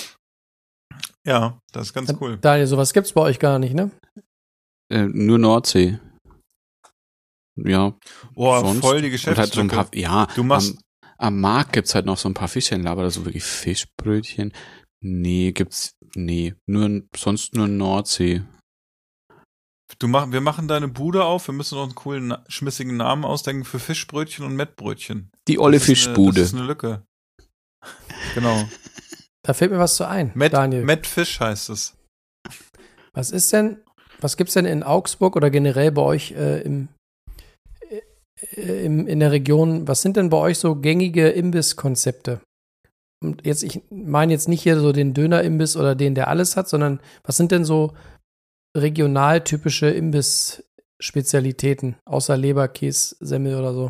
Ja, das ist ganz cool. Daniel, sowas gibt's bei euch gar nicht, ne? Äh, nur Nordsee. Ja. Boah, sonst- voll die und halt so ein Geschäftslücke. paar, ja, Du machst- am, am Markt gibt's halt noch so ein paar Fischhändler, aber so wirklich Fischbrötchen. Nee, gibt's, nee, nur, sonst nur Nordsee. Du mach, wir machen deine Bude auf, wir müssen noch einen coolen, na- schmissigen Namen ausdenken für Fischbrötchen und Mettbrötchen. Die olle Das ist eine- Fischbude. Das ist eine Lücke. Genau. Da fällt mir was zu ein, Met, Daniel. Met Fisch heißt es. Was ist denn, was gibt's denn in Augsburg oder generell bei euch äh, im, äh, im, in der Region, was sind denn bei euch so gängige Imbisskonzepte? Und jetzt, ich meine jetzt nicht hier so den Dönerimbiss oder den, der alles hat, sondern was sind denn so regional typische Imbiss-Spezialitäten, außer Leber, Käse, Semmel oder so?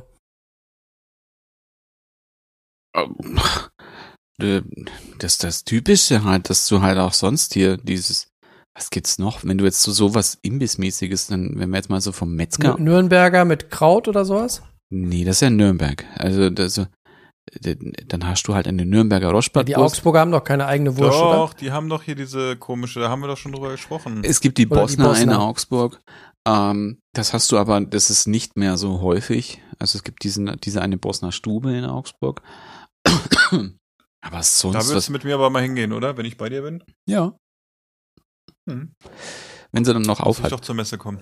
Äh, Das das Typische halt, dass du halt auch sonst hier dieses Was gibt's noch? Wenn du jetzt so sowas Imbissmäßiges, dann, wenn wir jetzt mal so vom Metzger. N- Nürnberger mit Kraut oder sowas? Nee, das ist ja Nürnberg. Also, das, dann hast du halt eine Nürnberger Ja, Rostbratwurst. die Augsburger haben doch keine eigene Wurst, Doch, oder? die haben doch hier diese komische, da haben wir doch schon drüber gesprochen. Es gibt die Oder die Bosner, Bosner. in Augsburg. Ähm, das hast du aber, das ist nicht mehr so häufig. Also es gibt diesen, diese eine Bosner Stube in Augsburg. Aber sonst Da was. würdest du mit mir aber mal hingehen, oder? Wenn ich bei dir bin? Ja. Hm. Wenn sie dann noch Muss ich aufhat. doch zur Messe kommen.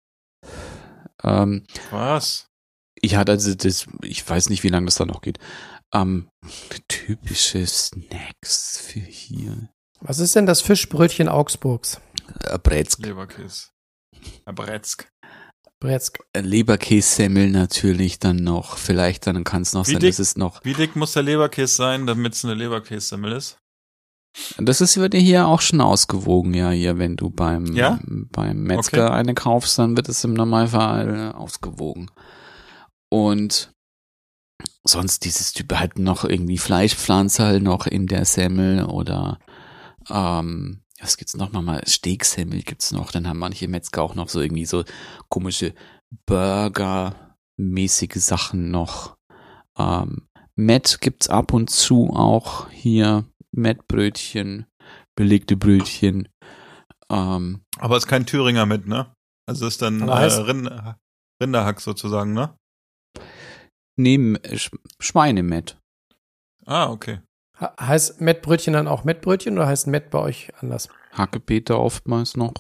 Ähm, Was? ich hatte also das, ich weiß nicht, wie lange das da noch geht. Ähm, typische Snacks für hier. Was ist denn das Fischbrötchen Augsburgs? Äh, Bretzk. Leberkäse. Ja, Bretzk. Bretzk. Äh, Leberkässemmel natürlich dann noch. Vielleicht dann kann es noch Wie sein, dick? dass es noch. Wie dick muss der Leberkäse sein, damit es eine Leberkässemmel ist? Das ist wird hier auch schon ausgewogen, ja, hier, wenn du beim, Ja? beim Metzger Okay. eine kaufst, dann wird es im Normalfall äh, ausgewogen. Und sonst dieses Typ halt noch irgendwie Fleischpflanzerl noch in der Semmel oder ähm, was gibt's noch mal? Steaksemmel gibt's noch. Dann haben manche Metzger auch noch so irgendwie so komische Burger-mäßige Sachen noch. Ähm, Mett gibt's ab und zu auch hier. Mettbrötchen, belegte Brötchen. Ähm, Aber ist kein Thüringer mit, ne? Also ist dann äh, Aber heißt- Rind, Rinderhack sozusagen, ne? neben Sch Schweinemett. Ah, okay. Ha- Heißt Mettbrötchen dann auch Mettbrötchen oder heißt Mett bei euch anders? Hackepeter oftmals noch.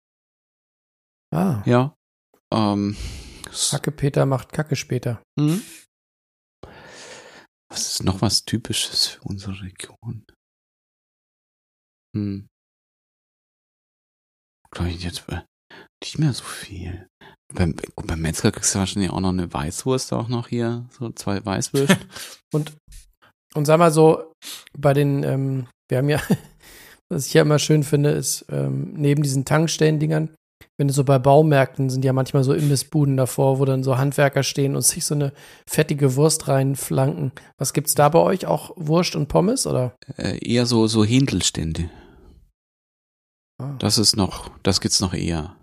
Ah, Ja. Ähm, s- Hackepeter macht Kacke später. hm? Was ist noch was Typisches für unsere Region? Hm. Glaube ich jetzt äh, nicht mehr so viel. Beim, gut, beim Metzger kriegst du wahrscheinlich auch noch eine Weißwurst, auch noch hier, so zwei Weißwürste. Und, und sag mal so, bei den, ähm, wir haben ja, was ich ja immer schön finde, ist, ähm, neben diesen Tankstellen-Dingern, wenn du so bei Baumärkten sind ja manchmal so Imbissbuden davor, wo dann so Handwerker stehen und sich so eine fettige Wurst reinflanken. Was gibt's da bei euch? Auch Wurst und Pommes, oder? äh, eher so, so Händelstände. Ah. Das ist noch, das gibt's noch eher.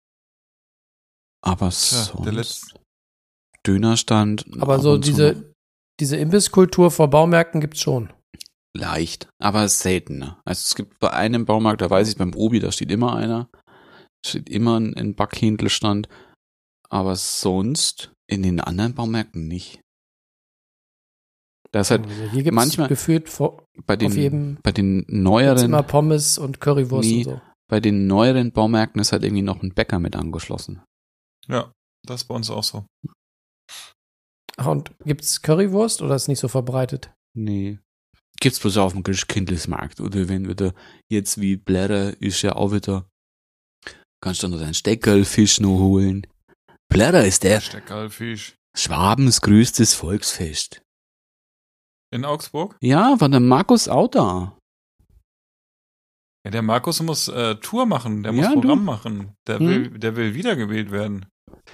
Aber Tja, der letzte. sonst Dönerstand. Aber ab so und zu noch diese, diese Imbisskultur vor Baumärkten gibt's schon. leicht, aber seltener. Also es gibt bei einem Baumarkt, da weiß ich, beim Obi, da steht immer einer, steht immer ein, ein Backhändelstand, aber sonst in den anderen Baumärkten nicht. Das ist halt Also hier gibt's manchmal- gefühlt vor, bei auf den, jedem bei den gibt's neueren, immer Pommes und Currywurst Nee. und so. bei den neueren Baumärkten ist halt irgendwie noch ein Bäcker mit angeschlossen. Ja, das ist bei uns auch so. Ach, und gibt's Currywurst oder ist nicht so verbreitet? Nee. Gibt's bloß auf dem Kindlesmarkt. Oder wenn wieder jetzt wie Blätter ist ja auch wieder, kannst du noch deinen Steckerlfisch noch holen. Blätter ist der Steckerlfisch. Schwabens größtes Volksfest. In Augsburg? Ja, war der Markus auch da. Ja, der Markus muss äh, Tour machen, der muss Ja, Programm du. machen. Der Hm. will, der will wiedergewählt werden.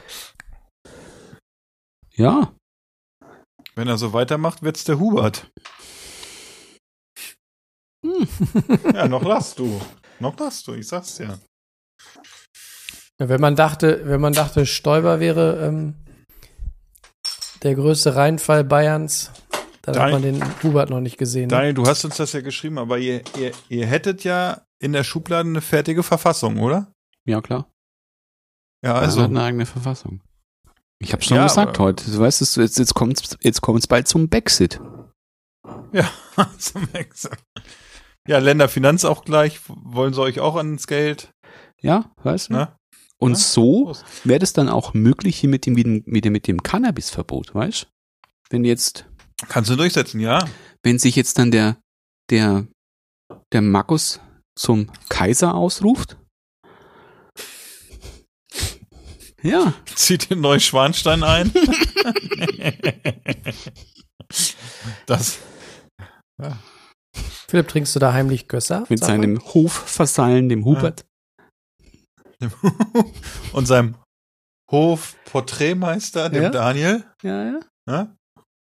Ja. Wenn er so weitermacht, wird's der Hubert. Hm. Ja, noch lachst du. Noch lachst du, ich sag's ja. Ja, wenn man dachte, wenn man dachte, Stoiber wäre ähm, der größte Reinfall Bayerns, dann Dein- hat man den Hubert noch nicht gesehen. Ne? Daniel, du hast uns das ja geschrieben, aber ihr, ihr, ihr hättet ja in der Schublade eine fertige Verfassung, oder? Ja, klar. Ja, Also also. hat eine eigene Verfassung. Ich habe schon Ja, gesagt aber- heute. Du weißt, es- jetzt, jetzt kommt's, jetzt kommt's bald zum Brexit. Ja, zum Wechsel. Ja, Länderfinanz auch gleich. Wollen sie euch auch ans Geld? Ja, weißt du? Ne? Und Ja, so Prost. wäre das dann auch möglich hier mit dem, mit dem, mit dem Cannabisverbot, weißt du? Wenn jetzt, Kannst du durchsetzen, ja. wenn sich jetzt dann der, der, der Markus zum Kaiser ausruft. Ja, Zieht den Neuschwanstein ein. Das. Ja. Philipp, trinkst du da heimlich Gösser? mit Sag mal. seinem Hofvasallen, dem Hubert. Und seinem Hofporträtmeister, dem Ja. Daniel. Ja, ja. Ja?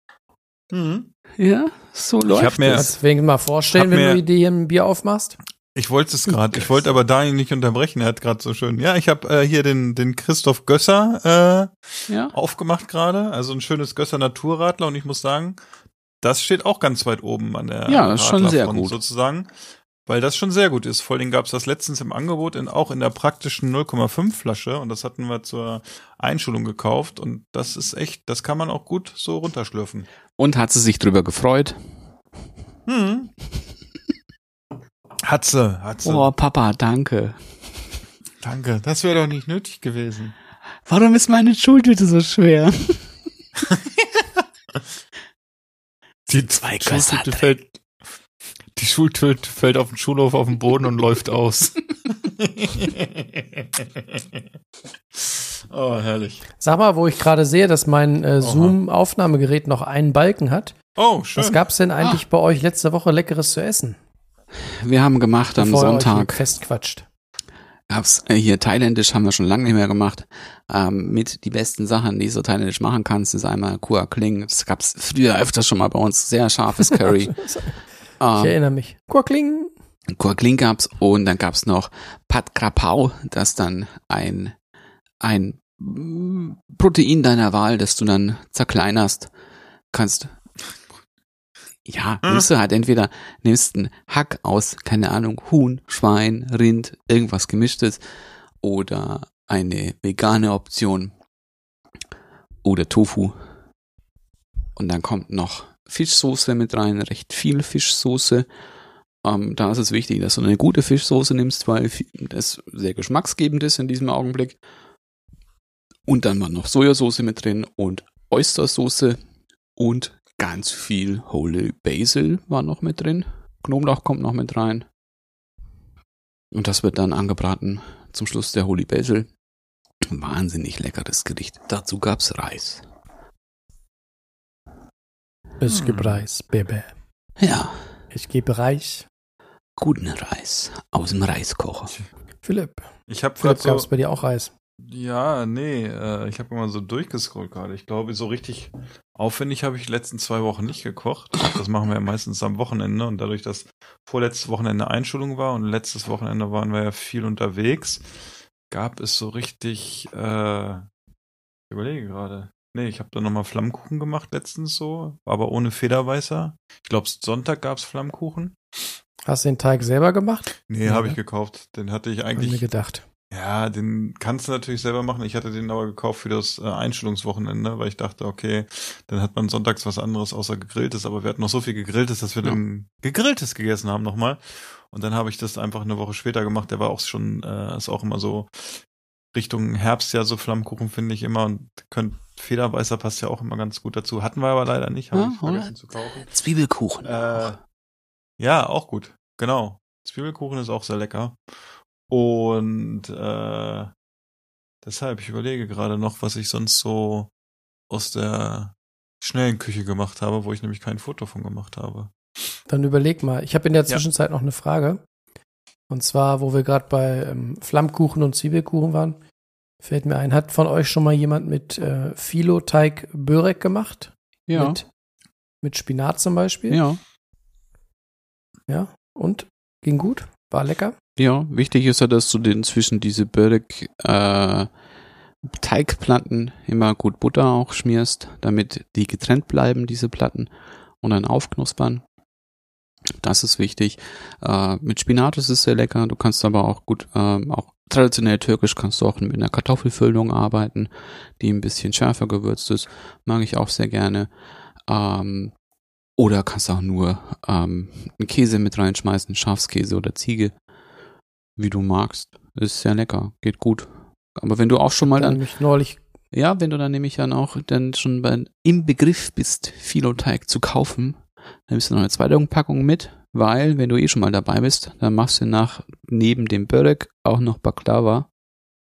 Mhm. Ja, so Ich läuft hab mir- das. Kannst du deswegen mal vorstellen, Hab wenn mir- du dir hier ein Bier aufmachst? Ich wollte es gerade, ich wollte aber Daniel nicht unterbrechen, er hat gerade so schön, ja, ich habe äh, hier den den Christoph Gösser äh, Ja. aufgemacht gerade, also ein schönes Gösser Naturradler und ich muss sagen, das steht auch ganz weit oben an der Ja, das ist schon sehr Radlerfront gut. sozusagen, weil das schon sehr gut ist. Vor allem gab es das letztens im Angebot in, auch in der praktischen null Komma fünf Flasche und das hatten wir zur Einschulung gekauft und das ist echt, das kann man auch gut so runterschlürfen. Und hat sie sich drüber gefreut? Hm. Hat sie, hat sie. Oh, Papa, danke. Danke, das wäre doch nicht nötig gewesen. Warum ist meine Schultüte so schwer? Die Zwei Schultüte fällt, die Schultüte fällt auf den Schulhof auf den Boden und läuft aus. Oh, herrlich. Sag mal, wo ich gerade sehe, dass mein äh, Zoom-Aufnahmegerät noch einen Balken hat. Oh, schön. Was gab's denn eigentlich Ah. bei euch letzte Woche Leckeres zu essen? Wir haben gemacht am Bevor ihr euch Sonntag. hier festquatscht. Gab's äh, hier thailändisch, haben wir schon lange nicht mehr gemacht. Ähm, mit die besten Sachen, die du so thailändisch machen kannst, ist einmal Kua Kling. Das gab's früher öfters schon mal bei uns. Sehr scharfes Curry. Ich ähm, erinnere mich. Quackling. Kua Kling gab's und dann gab's noch Pad Krapau, das dann ein ein mm, Protein deiner Wahl, das du dann zerkleinerst kannst. Ja, nimmst du halt entweder, nimmst einen Hack aus, keine Ahnung, Huhn, Schwein, Rind, irgendwas Gemischtes oder eine vegane Option oder Tofu. Und dann kommt noch Fischsoße mit rein, recht viel Fischsoße. Ähm, da ist es wichtig, dass du eine gute Fischsoße nimmst, weil das sehr geschmacksgebend ist in diesem Augenblick. Und dann war noch Sojasauce mit drin und Oystersoße und ganz viel Holy Basil war noch mit drin. Knoblauch kommt noch mit rein. Und das wird dann angebraten. Zum Schluss der Holy Basil. Wahnsinnig leckeres Gericht. Dazu gab's Reis. Es gibt Reis, Baby. Ja, Ich gebe Reis. guten Reis aus dem Reiskocher. Philipp. Ich habe Philipp, gerade gab's so, bei dir auch Reis? ja, nee, äh, ich habe immer so durchgescrollt gerade. Ich glaube, so richtig aufwendig habe ich die letzten zwei Wochen nicht gekocht. Das machen wir ja meistens am Wochenende und dadurch, dass vorletztes Wochenende Einschulung war und letztes Wochenende waren wir ja viel unterwegs, gab es so richtig, äh, ich überlege gerade. Nee, ich habe da nochmal Flammkuchen gemacht letztens so, aber ohne Federweißer. Ich glaube, Sonntag gab's Flammkuchen. Hast du den Teig selber gemacht? Nee, Ja, habe ich ne? gekauft. Den hatte ich Hab ich mir eigentlich. gedacht. Ja, den kannst du natürlich selber machen. Ich hatte den aber gekauft für das äh, Einschulungswochenende, weil ich dachte, okay, dann hat man sonntags was anderes außer Gegrilltes, aber wir hatten noch so viel Gegrilltes, dass wir Ja. dann Gegrilltes gegessen haben nochmal. Und dann habe ich das einfach eine Woche später gemacht. Der war auch schon, äh, ist auch immer so Richtung Herbst ja so Flammkuchen, finde ich immer. Und könnt, Federweißer passt ja auch immer ganz gut dazu. Hatten wir aber leider nicht, habe Ja, ich vergessen oder? zu kaufen. Zwiebelkuchen. Äh, ja, auch gut. Genau. Zwiebelkuchen ist auch sehr lecker. Und äh, deshalb, ich überlege gerade noch, was ich sonst so aus der schnellen Küche gemacht habe, wo ich nämlich kein Foto von gemacht habe. Dann überleg mal. Ich habe in der Ja. Zwischenzeit noch eine Frage. Und zwar, wo wir gerade bei ähm, Flammkuchen und Zwiebelkuchen waren, fällt mir ein, hat von euch schon mal jemand mit äh, Filoteig Börek gemacht? Ja. Mit, mit Spinat zum Beispiel? Ja. Ja. Und? Ging gut? War lecker? Ja, wichtig ist ja, dass du den zwischen diese Börek äh, Teigplatten immer gut Butter auch schmierst, damit die getrennt bleiben, diese Platten, und dann aufknuspern. Das ist wichtig. Äh, mit Spinat ist es sehr lecker. Du kannst aber auch gut, ähm, auch traditionell türkisch kannst du auch mit einer Kartoffelfüllung arbeiten, die ein bisschen schärfer gewürzt ist. Mag ich auch sehr gerne. Ähm, oder kannst auch nur ähm, einen Käse mit reinschmeißen, Schafskäse oder Ziege, wie du magst. Ist sehr lecker, geht gut. Aber wenn du auch schon mal Dann dann, nämlich neulich, ja, wenn du dann nämlich dann auch dann schon bei, im Begriff bist, Filoteig zu kaufen, dann nimmst du noch eine zweite Packung mit, weil, wenn du eh schon mal dabei bist, dann machst du nach, neben dem Börek auch noch Baklava.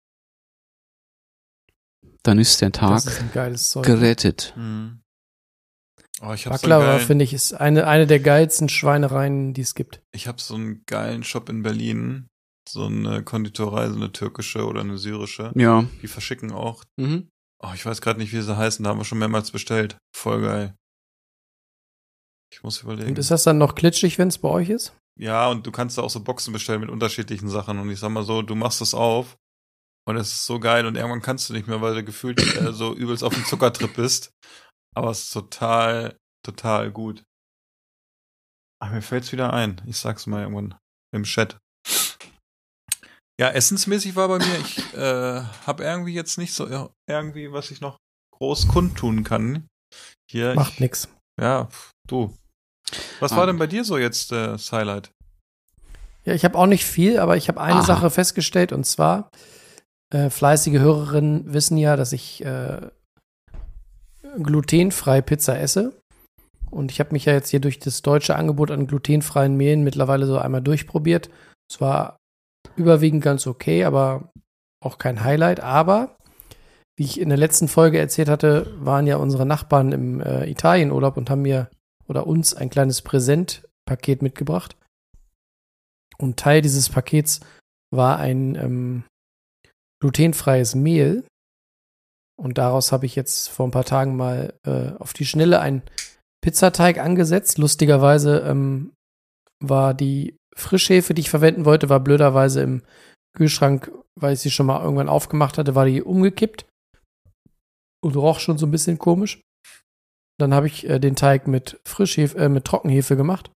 Dann ist der Tag das ist ein geiles Zeug. gerettet. Hm. Oh, ich habe so, Baklava, einen geilen- finde ich, ist eine, eine der geilsten Schweinereien, die es gibt. ich hab so einen geilen Shop in Berlin. So eine Konditorei, so eine türkische oder eine syrische. Ja. Die verschicken auch. Mhm. Oh, ich weiß gerade nicht, wie sie heißen. Da haben wir schon mehrmals bestellt. Voll geil. Ich muss überlegen. Und ist das dann noch klitschig, wenn es bei euch ist? ja, und du kannst da auch so Boxen bestellen mit unterschiedlichen Sachen. Und ich sag mal so, du machst das auf und es ist so geil und irgendwann kannst du nicht mehr, weil du gefühlt äh, so übelst auf dem Zuckertrip bist. Aber es ist total, total gut. Ach, mir fällt's wieder ein. Ich sag's mal irgendwann im Chat. Ja, essensmäßig war bei mir, ich äh, habe irgendwie jetzt nicht so ja, irgendwie, was ich noch groß kundtun kann. Hier, Macht ich, nix. Ja, du. Was Ah. war denn bei dir so jetzt äh, das Highlight? Ja, ich habe auch nicht viel, aber ich habe eine Aha. Sache festgestellt und zwar, äh, fleißige Hörerinnen wissen ja, dass ich äh, glutenfrei Pizza esse. Und ich habe mich ja jetzt hier durch das deutsche Angebot an glutenfreien Mehlen mittlerweile so einmal durchprobiert. Es war überwiegend ganz okay, aber auch kein Highlight. Aber, wie ich in der letzten Folge erzählt hatte, waren ja unsere Nachbarn im äh, Italienurlaub und haben mir oder uns ein kleines Präsentpaket mitgebracht. Und Teil dieses Pakets war ein ähm, glutenfreies Mehl. Und daraus habe ich jetzt vor ein paar Tagen mal äh, auf die Schnelle einen Pizzateig angesetzt. Lustigerweise ähm, war die Frischhefe, die ich verwenden wollte, war blöderweise im Kühlschrank, weil ich sie schon mal irgendwann aufgemacht hatte, war die umgekippt und roch schon so ein bisschen komisch. Dann habe ich äh, den Teig mit Frischhefe, äh, mit Trockenhefe gemacht.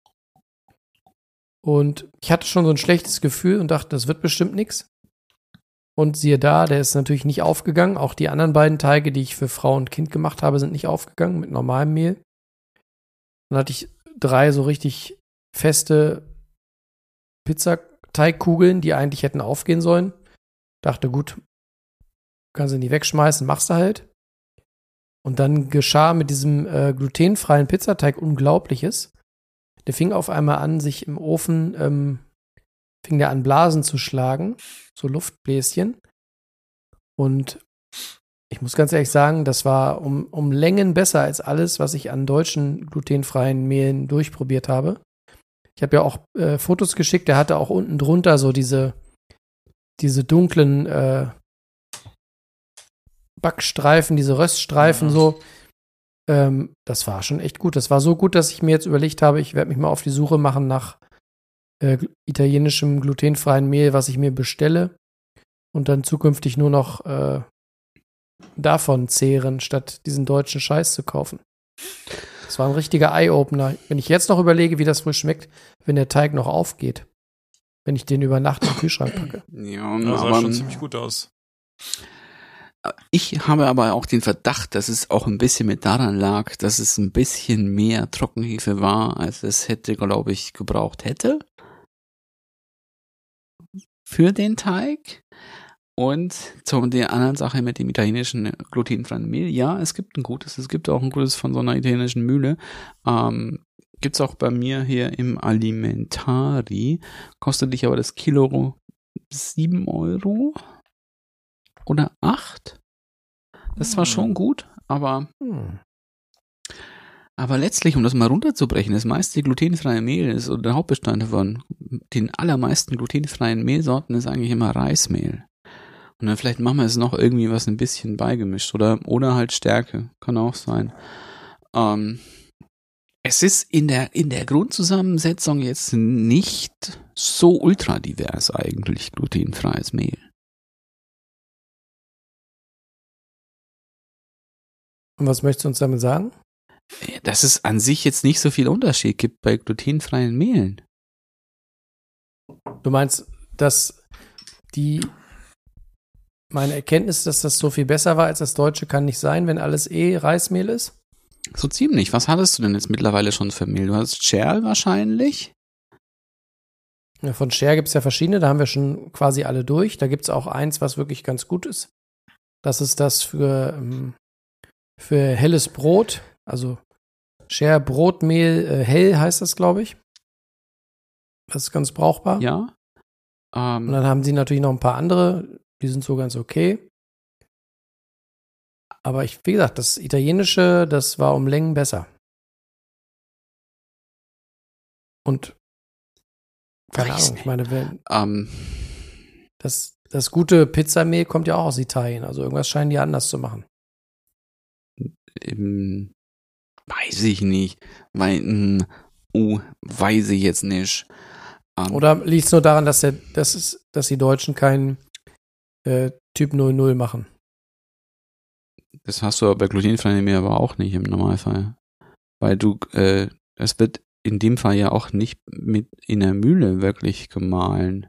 Und ich hatte schon so ein schlechtes Gefühl und dachte, das wird bestimmt nichts. Und siehe da, der ist natürlich nicht aufgegangen. Auch die anderen beiden Teige, die ich für Frau und Kind gemacht habe, sind nicht aufgegangen mit normalem Mehl. Dann hatte ich drei so richtig feste Pizzateigkugeln, die eigentlich hätten aufgehen sollen. Dachte, gut, kannst du nicht wegschmeißen, machst du halt. Und dann geschah mit diesem äh, glutenfreien Pizzateig Unglaubliches. Der fing auf einmal an, sich im Ofen, ähm, fing der an Blasen zu schlagen, so Luftbläschen. Und ich muss ganz ehrlich sagen, das war um, um Längen besser als alles, was ich an deutschen glutenfreien Mehlen durchprobiert habe. Ich habe ja auch äh, Fotos geschickt, der hatte auch unten drunter so diese, diese dunklen äh, Backstreifen, diese Röststreifen Ja. so. Ähm, das war schon echt gut. Das war so gut, dass ich mir jetzt überlegt habe, ich werde mich mal auf die Suche machen nach äh, italienischem glutenfreien Mehl, was ich mir bestelle und dann zukünftig nur noch äh, davon zehren, statt diesen deutschen Scheiß zu kaufen. Das war ein richtiger Eye-Opener. Wenn ich jetzt noch überlege, wie das wohl schmeckt, wenn der Teig noch aufgeht, wenn ich den über Nacht im Kühlschrank packe. Ja, Das sah aber schon ziemlich gut aus. ich habe aber auch den Verdacht, dass es auch ein bisschen mit daran lag, dass es ein bisschen mehr Trockenhefe war, als es hätte, glaube ich, gebraucht hätte. Für den Teig. Und zu der anderen Sache mit dem italienischen glutenfreien Mehl. Ja, es gibt ein gutes. Es gibt auch ein gutes von so einer italienischen Mühle. Ähm, gibt's auch bei mir hier im Alimentari. Kostet dich aber das Kilo sieben Euro oder acht. Das war schon gut, aber Hm. aber letztlich, um das mal runterzubrechen, das meiste glutenfreie Mehl ist, oder der Hauptbestandteil von den allermeisten glutenfreien Mehlsorten ist eigentlich immer Reismehl. Und dann vielleicht machen wir es noch irgendwie was ein bisschen beigemischt oder oder halt Stärke, kann auch sein. Ähm, es ist in der in der Grundzusammensetzung jetzt nicht so ultra divers eigentlich glutenfreies Mehl. Und was möchtest du uns damit sagen? Dass es an sich jetzt nicht so viel Unterschied gibt bei glutenfreien Mehlen. Du meinst, dass die meine Erkenntnis, dass das so viel besser war als das Deutsche, kann nicht sein, wenn alles eh Reismehl ist? So ziemlich. Was hattest du denn jetzt mittlerweile schon für Mehl? Du hast Cherl wahrscheinlich. Ja, von Share gibt es ja verschiedene, da haben wir schon quasi alle durch. Da gibt es auch eins, was wirklich ganz gut ist. Das ist das für, ähm, für helles Brot. Also Share Brotmehl äh, hell heißt das, glaube ich. Das ist ganz brauchbar. Ja. Ähm, Und dann haben sie natürlich noch ein paar andere, die sind so ganz okay. Aber ich, wie gesagt, das Italienische, das war um Längen besser. Und keine Weiß Ahnung, ich meine, wenn ähm, das, das gute Pizzamehl kommt ja auch aus Italien. Also irgendwas scheinen die anders zu machen. ähm, weiß ich nicht. Weil, mh, oh, weiß ich jetzt nicht. Um, Oder liegt es nur daran, dass, der, dass, es, dass die Deutschen keinen äh, Typ null null machen? Das hast du aber bei glutenfreiem Mehl aber auch nicht im Normalfall. Weil du, äh, es wird in dem Fall ja auch nicht mit in der Mühle wirklich gemahlen.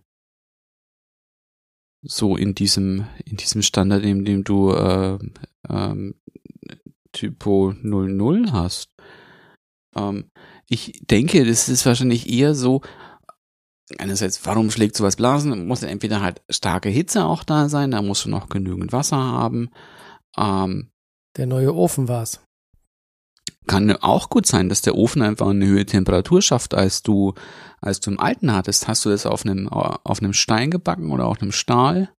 So in diesem, in diesem Standard, in dem du äh, ähm, Typo null null hast. Ähm, ich denke, das ist wahrscheinlich eher so, einerseits, warum schlägt sowas Blasen? Muss entweder halt starke Hitze auch da sein, da musst du noch genügend Wasser haben. Ähm, Der neue Ofen war's. Kann auch gut sein, dass der Ofen einfach eine höhere Temperatur schafft, als du, als du im alten hattest. Hast du das auf einem, auf einem Stein gebacken oder auf einem Stahl?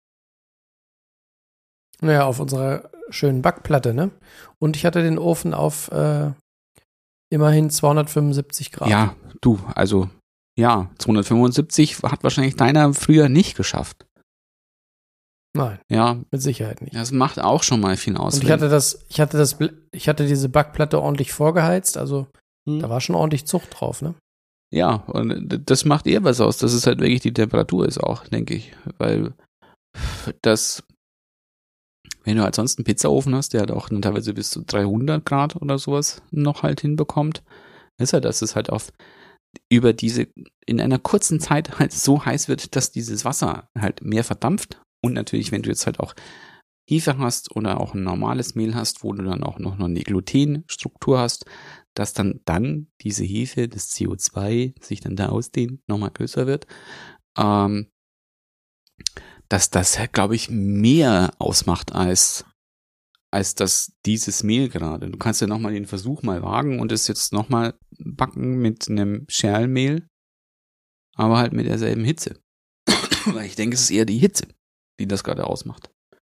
Naja, auf unserer schönen Backplatte, ne? Und ich hatte den Ofen auf äh, immerhin zweihundertfünfundsiebzig Grad. Ja, du, also, ja, zweihundertfünfundsiebzig hat wahrscheinlich deiner früher nicht geschafft. Nein, ja, mit Sicherheit nicht. Das macht auch schon mal viel aus. Und ich hatte das, ich hatte das, ich hatte diese Backplatte ordentlich vorgeheizt, also hm. da war schon ordentlich Zucht drauf, ne? Ja, und das macht eher was aus, dass es halt wirklich die Temperatur ist auch, denke ich, weil das, wenn du halt sonst einen Pizzaofen hast, der halt auch teilweise bis zu dreihundert Grad oder sowas noch halt hinbekommt, ist halt, dass es halt auf über diese, in einer kurzen Zeit halt so heiß wird, dass dieses Wasser halt mehr verdampft. Und natürlich, wenn du jetzt halt auch Hefe hast oder auch ein normales Mehl hast, wo du dann auch noch eine Glutenstruktur hast, dass dann dann diese Hefe, das C O zwei sich dann da ausdehnt, nochmal größer wird, ähm, dass das, glaube ich, mehr ausmacht als als das dieses Mehl gerade. Du kannst ja nochmal den Versuch mal wagen und es jetzt nochmal backen mit einem Scherlmehl, aber halt mit derselben Hitze. Weil ich denke, es ist eher die Hitze, die das gerade ausmacht.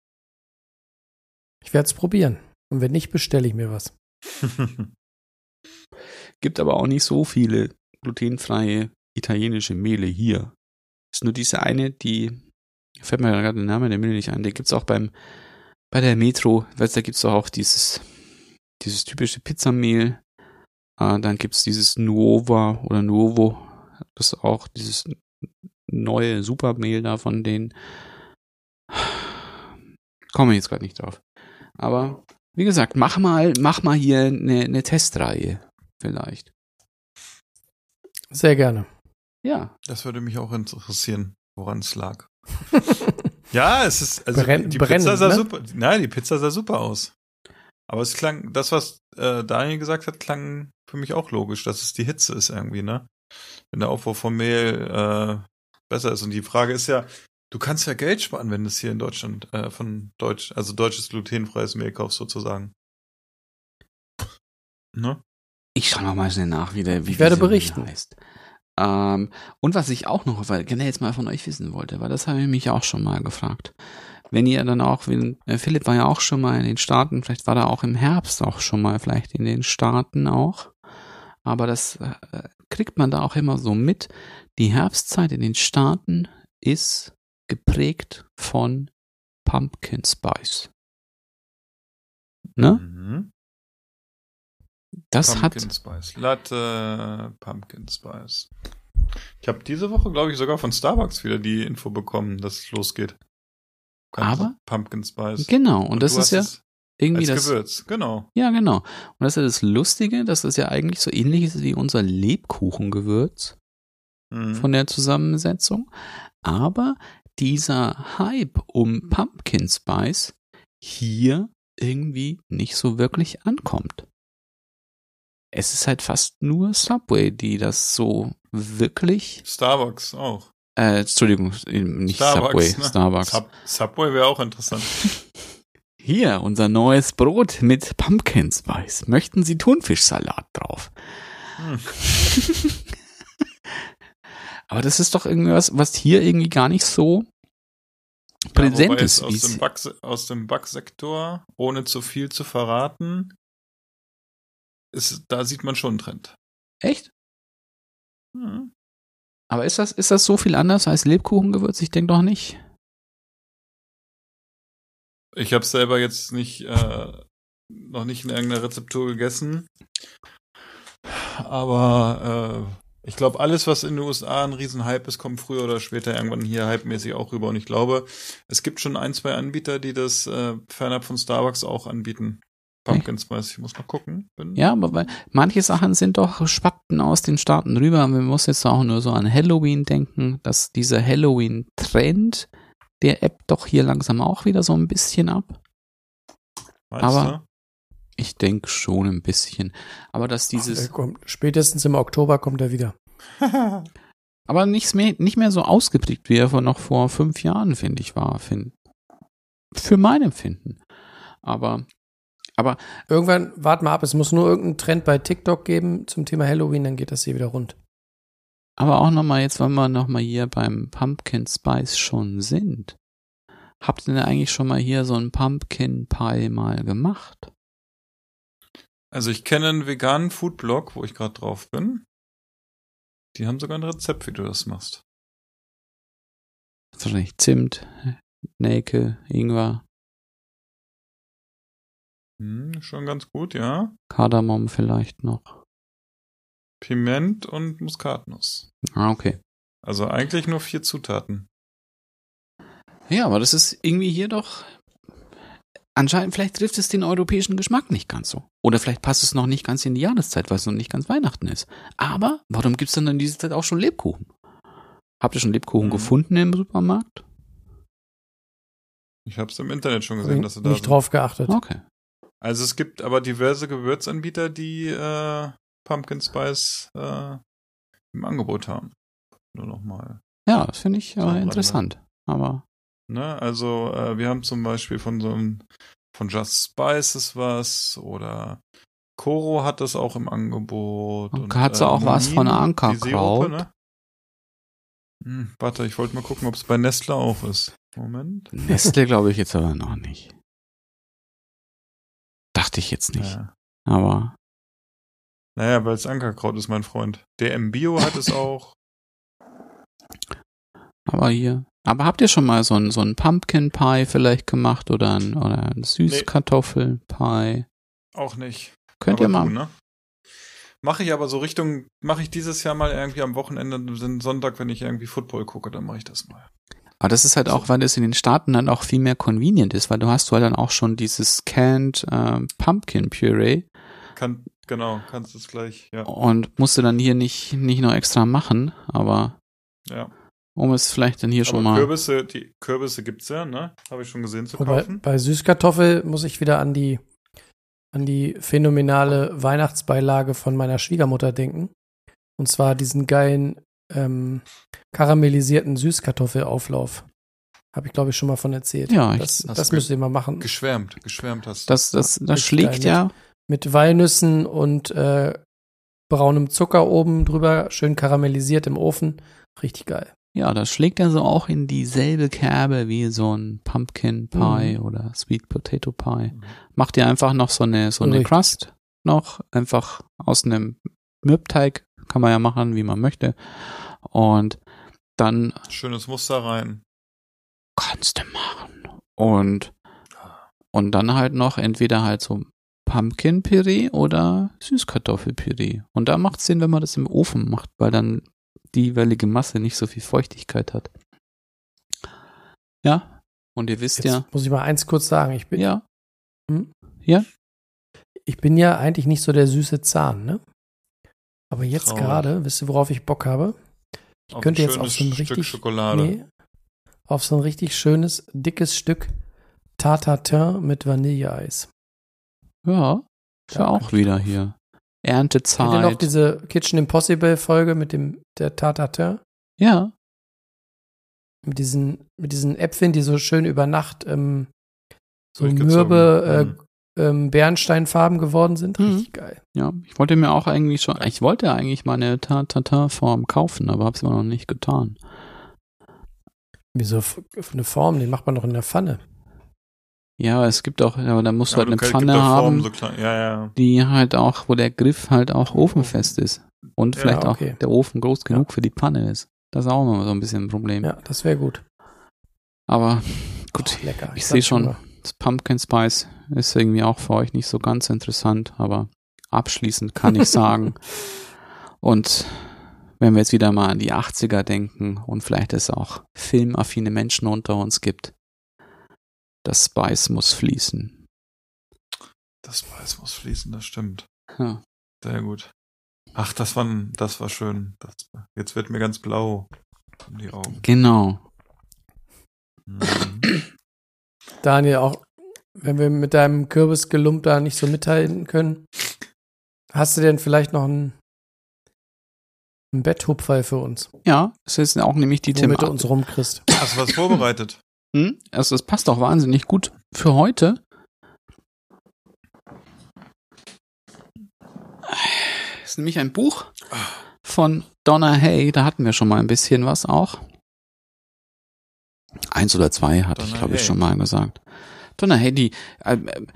Ich werde es probieren. Und wenn nicht, bestelle ich mir was. Gibt aber auch nicht so viele glutenfreie italienische Mehle hier. Ist nur diese eine, die, fällt mir gerade der Name der Mehle nicht ein, der gibt's auch beim, bei der Metro, weißt du, da gibt's auch dieses, dieses typische Pizzamehl. Äh, dann gibt's dieses Nuova oder Nuovo, das ist auch dieses neue Supermehl da von denen. Komme ich jetzt gerade nicht drauf. Aber wie gesagt, mach mal, mach mal hier eine, eine Testreihe vielleicht. Sehr gerne. Ja. Das würde mich auch interessieren, woran es lag. Ja, es ist, also Brenn, die brennen, Pizza sah ne? super, nein, die Pizza sah super aus. Aber es klang, das, was äh, Daniel gesagt hat, klang für mich auch logisch, dass es die Hitze ist irgendwie, ne? Wenn der Aufbau vom Mehl äh, besser ist. Und die Frage ist ja, du kannst ja Geld sparen, wenn du es hier in Deutschland äh, von Deutsch, also deutsches glutenfreies Mehl kaufst sozusagen. Ne? Ich schaue noch mal schnell nach, wie der wie Ich werde diese berichten. Mehl heißt. Ähm, und was ich auch noch, weil gerne jetzt mal von euch wissen wollte, weil das habe ich mich auch schon mal gefragt. Wenn ihr dann auch, wenn, äh, Philipp war ja auch schon mal in den Staaten, vielleicht war er auch im Herbst auch schon mal, vielleicht in den Staaten auch. Aber das äh, kriegt man da auch immer so mit. Die Herbstzeit in den Staaten ist geprägt von Pumpkin Spice. Ne? Mhm. Das Pumpkin hat Spice Latte, Pumpkin Spice. Ich habe diese Woche, glaube ich, sogar von Starbucks wieder die Info bekommen, dass es losgeht. Ganz Aber Pumpkin Spice. genau, und, und das du ist ja es irgendwie als das Gewürz, genau. Ja, genau. Und das ist ja das Lustige, dass das ja eigentlich so ähnlich ist wie unser Lebkuchengewürz Mhm. von der Zusammensetzung. Aber dieser Hype um Pumpkin Spice hier irgendwie nicht so wirklich ankommt. Es ist halt fast nur Subway, die das so wirklich, Starbucks auch. äh, Entschuldigung, nicht Starbucks, Subway, ne? Starbucks. Sub- Subway wäre auch interessant. Hier, unser neues Brot mit Pumpkin Spice. Möchten Sie Thunfischsalat drauf? Hm. Aber das ist doch irgendwas, was hier irgendwie gar nicht so präsent Ja, wobei ist. es aus wie's- dem, Back, aus dem Backsektor, ohne zu viel zu verraten, ist, da sieht man schon einen Trend. Echt? Hm. Aber ist das, ist das so viel anders als Lebkuchengewürz? Ich denke doch nicht. Ich habe selber jetzt nicht äh, noch nicht in irgendeiner Rezeptur gegessen, aber äh, Ich glaube, alles, was in den U S A ein Riesenhype ist, kommt früher oder später irgendwann hier hypemäßig auch rüber. Und ich glaube, es gibt schon ein, zwei Anbieter, die das äh, fernab von Starbucks auch anbieten. Pumpkin Spice, ich muss mal gucken. Bin Ja, aber weil manche Sachen sind doch schwappten aus den Staaten rüber. Man muss jetzt auch nur so an Halloween denken, dass dieser Halloween-Trend der App doch hier langsam auch wieder so ein bisschen ab. Meinst Aber ich denke schon ein bisschen. Aber dass Der dieses, kommt, spätestens im Oktober kommt er wieder. du? aber nichts mehr, nicht mehr so ausgeprägt, wie er vor- noch vor fünf Jahren, finde ich, war. Find, für mein Empfinden. Aber, aber Irgendwann, wart mal ab, es muss nur irgendeinen Trend bei TikTok geben zum Thema Halloween, dann geht das hier wieder rund. Aber auch nochmal jetzt, wenn wir nochmal hier beim Pumpkin Spice schon sind. Habt ihr denn eigentlich schon mal hier so einen Pumpkin Pie mal gemacht? Also ich kenne einen veganen Foodblog, wo ich gerade drauf bin. Die haben sogar ein Rezept, wie du das machst. Wahrscheinlich Zimt, Nelke, Ingwer, Hm, schon ganz gut, ja. Kardamom vielleicht noch. Piment und Muskatnuss. Ah, okay. Also eigentlich nur vier Zutaten. Ja, aber das ist irgendwie hier doch anscheinend, vielleicht trifft es den europäischen Geschmack nicht ganz so. Oder vielleicht passt es noch nicht ganz in die Jahreszeit, weil es noch nicht ganz Weihnachten ist. Aber warum gibt es dann in dieser Zeit auch schon Lebkuchen? Habt ihr schon Lebkuchen Mhm. gefunden im Supermarkt? Ich habe es im Internet schon Hab gesehen, ich dass sie da nicht sind. drauf geachtet. Okay. Also es gibt aber diverse Gewürzanbieter, die äh, Pumpkin Spice äh, im Angebot haben. Nur nochmal. Ja, das finde ich So, äh, warte interessant. Aber Ne? Also äh, wir haben zum Beispiel von so einem von Just Spices was oder Koro hat das auch im Angebot. Und hat sie auch was von Ankerkraut? Ne? Hm, warte, ich wollte mal gucken, ob es bei Nestle auch ist. Moment. Nestle glaube ich jetzt aber noch nicht. Dachte ich jetzt nicht. Ja. Aber Naja, weil es Ankerkraut ist, mein Freund. D M Bio hat es auch. aber hier. Aber habt ihr schon mal so ein so ein Pumpkin Pie vielleicht gemacht oder ein oder ein Süßkartoffelpie? Auch nicht. Könnt Aber ihr mal. du, ne? Mache ich aber so Richtung, mache ich dieses Jahr mal irgendwie am Wochenende, den Sonntag, wenn ich irgendwie Football gucke, dann mache ich das mal. Aber das ist halt auch, weil das in den Staaten dann auch viel mehr convenient ist, weil du hast du halt dann auch schon dieses Canned äh, Pumpkin Puree Kann, genau, kannst du es gleich, ja. und musst du dann hier nicht nicht noch extra machen, aber Ja. um es vielleicht dann hier Aber schon mal. Kürbisse, die Kürbisse gibt's ja, ne? Habe ich schon gesehen zu Wobei, kaufen. bei Süßkartoffel muss ich wieder an die, an die phänomenale Weihnachtsbeilage von meiner Schwiegermutter denken. Und zwar diesen geilen ähm, karamellisierten Süßkartoffelauflauf. Habe ich, glaube ich, schon mal von erzählt. Ja, ich- das, hast das du müsst ihr mal machen. Geschwärmt, geschwärmt hast du. Das das das Richtig schlägt geil, ja. Mit Walnüssen und äh, braunem Zucker oben drüber, schön karamellisiert im Ofen. Richtig geil. Ja, das schlägt ja so auch in dieselbe Kerbe wie so ein Pumpkin Pie Mhm. oder Sweet Potato Pie. Macht ihr einfach noch so eine so eine Richtig. Crust noch, einfach aus einem Mürbteig, kann man ja machen, wie man möchte. Und dann Schönes Muster rein. kannst du machen. Und und dann halt noch entweder halt so Pumpkin Püree oder Süßkartoffelpüree. Und da macht es Sinn, wenn man das im Ofen macht, weil dann die jeweilige Masse nicht so viel Feuchtigkeit hat. Ja, und ihr wisst Jetzt ja, muss ich mal eins kurz sagen. Ich bin, ja, ich bin ja eigentlich nicht so der süße Zahn, ne? Aber jetzt Traurig. gerade, wisst ihr, worauf ich Bock habe? Ich Auf könnte ein jetzt auf schönes so ein Stück richtig, Schokolade. nee, auf so ein richtig schönes, dickes Stück Tartatin mit Vanilleeis. ja, ist ja Da auch könnte ich wieder drauf. hier. Kennt ihr noch Erntezeit. diese Kitchen Impossible Folge mit dem der Tartatin? Ja, Mit diesen, mit diesen Äpfeln, die so schön über Nacht ähm, so Durchgezogen. mürbe Mhm. äh, ähm, Bernsteinfarben geworden sind. Mhm. Richtig geil. ja, ich wollte mir auch eigentlich schon, ich wollte eigentlich mal eine Tartatin-Form kaufen, aber hab's immer noch nicht getan. Wieso f- eine Form? Die macht man doch in der Pfanne. Ja, es gibt auch, aber da musst du Aber halt eine du kannst- Pfanne gibt auch Formen haben, so klein. Ja, ja. die halt auch, wo der Griff halt auch ofenfest ist. Und Ja, vielleicht okay. auch der Ofen groß genug für die Pfanne ist. Das ist auch immer so ein bisschen ein Problem. Ja, das wäre gut. Aber gut, Oh, lecker. ich hab sehe schon, Hunger. das Pumpkin Spice ist irgendwie auch für euch nicht so ganz interessant, aber abschließend kann ich sagen. Und wenn wir jetzt wieder mal an die achtziger denken und vielleicht es auch filmaffine Menschen unter uns gibt, das Spice muss fließen. Das Spice muss fließen, das stimmt. Ja. Sehr gut. Ach, das war, das war schön. Das, jetzt wird mir ganz blau um die Augen. Genau. Mhm. Daniel, auch wenn wir mit deinem Kürbisgelump da nicht so mithalten können, hast du denn vielleicht noch einen, einen Betthupferl für uns? Ja, das ist auch nämlich die Thematik. Womit Thematik. du uns rumkriegst. Hast du was vorbereitet? Hm? Also das passt auch wahnsinnig gut für heute. Das ist nämlich ein Buch von Donna Hay. Da hatten wir schon mal ein bisschen was auch. Eins oder zwei hatte Donna ich, glaube ich, Hay. schon mal gesagt. Donna Hay, die äh,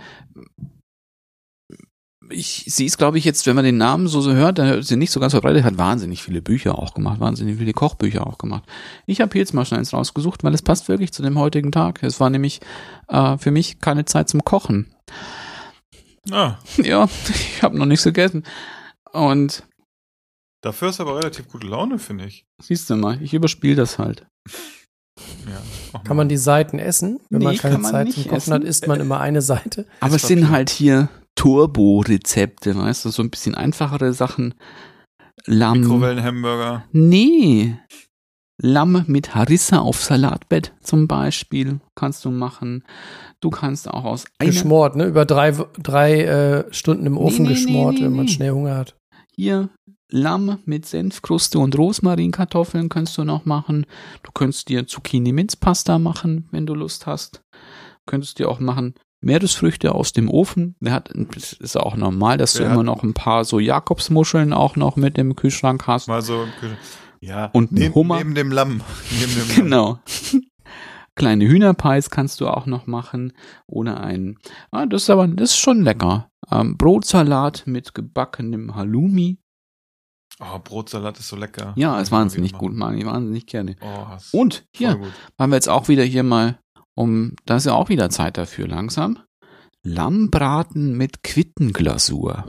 ich, sie ist, glaube ich, jetzt, wenn man den Namen so, so hört, dann ist sie nicht so ganz verbreitet, hat wahnsinnig viele Bücher auch gemacht, wahnsinnig viele Kochbücher auch gemacht. Ich habe hier jetzt mal schnell eins rausgesucht, weil es passt wirklich zu dem heutigen Tag. Es war nämlich äh, für mich keine Zeit zum Kochen. Ah, Ja, ich habe noch nichts gegessen. Und dafür ist aber relativ gute Laune, finde ich. siehst du mal, ich überspiele das halt. Ja, auch Kann mal. man die Seiten essen? Wenn Nee, man keine kann man Zeit nicht zum Kochen essen. hat, isst man immer eine Seite. Aber es sind halt hier Turbo-Rezepte, weißt du, so ein bisschen einfachere Sachen. Lamm. Mikrowellenhamburger. Nee. Lamm mit Harissa auf Salatbett zum Beispiel kannst du machen. Du kannst auch aus einer... Geschmort, ne? Über drei, drei äh, Stunden im Ofen Nee, nee, geschmort, nee, nee, wenn man nee. schnell Hunger hat. Hier Lamm mit Senfkruste und Rosmarinkartoffeln kannst du noch machen. Du könntest dir Zucchini-Minzpasta machen, wenn du Lust hast. Du könntest dir auch machen Meeresfrüchte aus dem Ofen. Der hat, das ist auch normal, dass Wer du immer hat- noch ein paar so Jakobsmuscheln auch noch mit im Kühlschrank hast. Mal so. Ja, Und ein neben, Hummer. neben dem Lamm. Neben dem Lamm. Genau. Kleine Hühnerpies kannst du auch noch machen. Oder ein, ah, das ist aber, das ist schon lecker. Ähm, Brotsalat mit gebackenem Halloumi. Oh, Brotsalat ist so lecker. Ja, ist Kann man wahnsinnig wieder gut, machen. mag ich wahnsinnig gerne. Oh, ist Und voll hier gut. haben wir jetzt auch wieder hier mal, um, da ist ja auch wieder Zeit dafür langsam. Lammbraten mit Quittenglasur.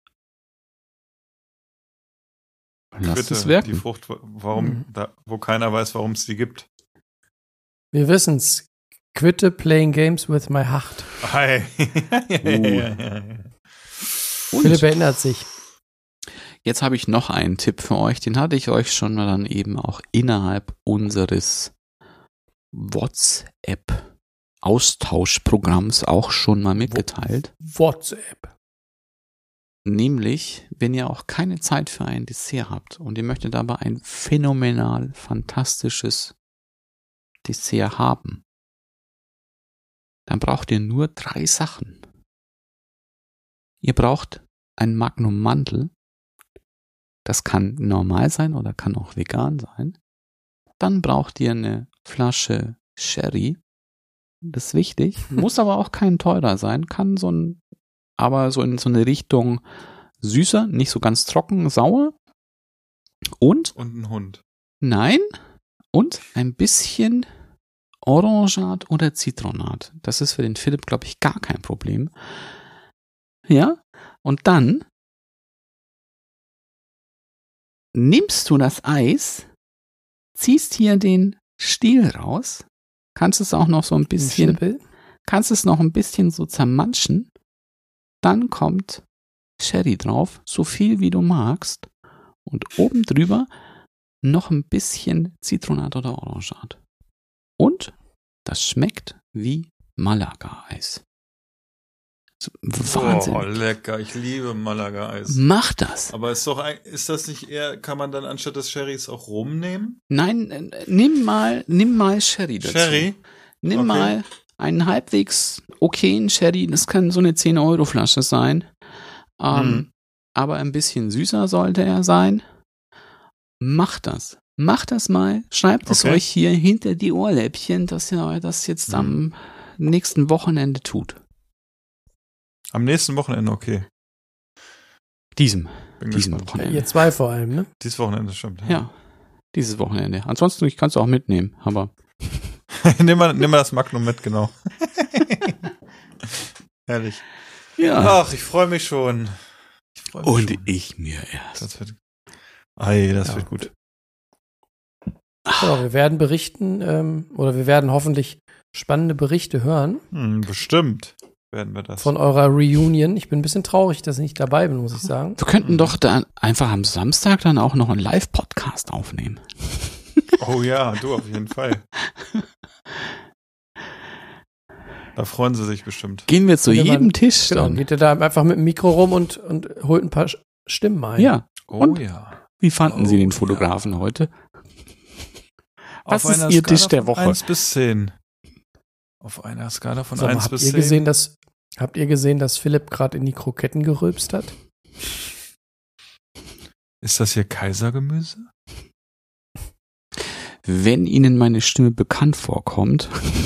Lass Quitte, es die wirken. Frucht, warum, Mhm. da, wo keiner weiß, warum es die gibt. Wir wissen's. Quitte playing games with my heart. Hi. Und Philipp erinnert sich. jetzt habe ich noch einen Tipp für euch, den hatte ich euch schon mal dann eben auch innerhalb unseres WhatsApp-Austauschprogramms auch schon mal mitgeteilt. WhatsApp. Nämlich, wenn ihr auch keine Zeit für ein Dessert habt und ihr möchtet aber ein phänomenal fantastisches Dessert haben, dann braucht ihr nur drei Sachen. Ihr braucht ein Magnum Mandel. Das kann normal sein oder kann auch vegan sein. Dann braucht ihr eine Flasche Sherry. Das ist wichtig. Muss aber auch kein teurer sein. Kann so ein, aber so in so eine Richtung süßer, nicht so ganz trocken, sauer. Und, Und ein Hund. nein, und ein bisschen Orangat oder Zitronat. Das ist für den Philipp, glaube ich, gar kein Problem. Ja, und dann nimmst du das Eis, ziehst hier den Stiel raus, kannst es auch noch so ein bisschen, Schnippel. kannst es noch ein bisschen so zermanschen, dann kommt Sherry drauf, so viel wie du magst, und oben drüber noch ein bisschen Zitronat oder Orangat. Und das schmeckt wie Malaga-Eis. Wahnsinn. Oh, lecker. Ich liebe Malaga-Eis. Mach das. Aber ist doch, ein- ist das nicht eher, kann man dann anstatt des Sherrys auch rumnehmen? Nein, äh, nimm mal, nimm mal Sherry dazu. Sherry? Nimm Okay. mal einen halbwegs okayen Sherry. Das kann so eine zehn Euro Flasche sein. Ähm, Hm. Aber ein bisschen süßer sollte er sein. Macht das. Macht das mal. Schreibt es Okay. euch hier hinter die Ohrläppchen, dass ihr das jetzt Hm. am nächsten Wochenende tut. Am nächsten Wochenende, okay. Diesem. Bin Diesen gespannt. Ja, Wochenende. ihr zwei vor allem, ne? Dieses Wochenende, stimmt. Ja, dieses Wochenende. Ansonsten, ich kann es auch mitnehmen, aber nimm, mal, nimm mal das Magnum mit, genau. Herrlich. ja. Ach, ich freue mich schon. Ich freu mich Und schon. ich mir erst. Das wird Ei, das Ja. wird gut. Genau, wir werden berichten, ähm, oder wir werden hoffentlich spannende Berichte hören Hm, bestimmt werden wir das. von eurer Reunion. Ich bin ein bisschen traurig, dass ich nicht dabei bin, muss ich sagen. Wir könnten doch dann einfach am Samstag dann auch noch einen Live-Podcast aufnehmen. Oh ja, du auf jeden Fall. Da freuen sie sich bestimmt. Gehen wir zu Geht ihr jedem mal- Tisch Genau, dann. geht ihr da einfach mit dem Mikro rum und, und holt ein paar Sch- Stimmen ein. Ja. Oh Und? ja. Wie fanden Sie Oh, den Fotografen heute? Was Auf ist einer Ihr Skala Tisch der von Woche? eins bis zehn. Auf einer Skala von Sag mal, eins habt bis ihr zehn. gesehen, dass habt ihr gesehen, dass Philipp gerade in die Kroketten gerülpst hat? Ist das hier Kaisergemüse? Wenn Ihnen meine Stimme bekannt vorkommt.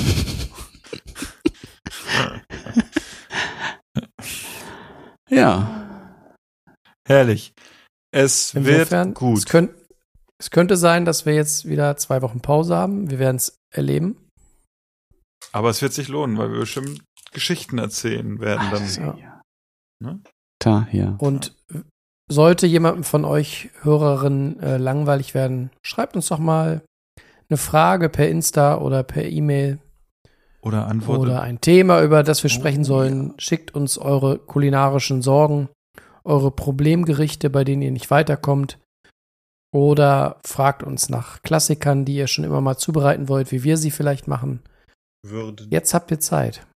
Ja. Herrlich. Es Insofern, wird gut. Es, könnt, es könnte sein, dass wir jetzt wieder zwei Wochen Pause haben. Wir werden es erleben. Aber es wird sich lohnen, weil wir bestimmt Geschichten erzählen werden dann. Ja. Ne? Da, ja. Und sollte jemandem von euch Hörerinnen äh, langweilig werden, schreibt uns doch mal eine Frage per Insta oder per E-Mail Oder Antworten. oder ein Thema, über das wir Oh, sprechen sollen. ja. Schickt uns eure kulinarischen Sorgen, eure Problemgerichte, bei denen ihr nicht weiterkommt. Oder fragt uns nach Klassikern, die ihr schon immer mal zubereiten wollt, wie wir sie vielleicht machen. Würden. Jetzt habt ihr Zeit.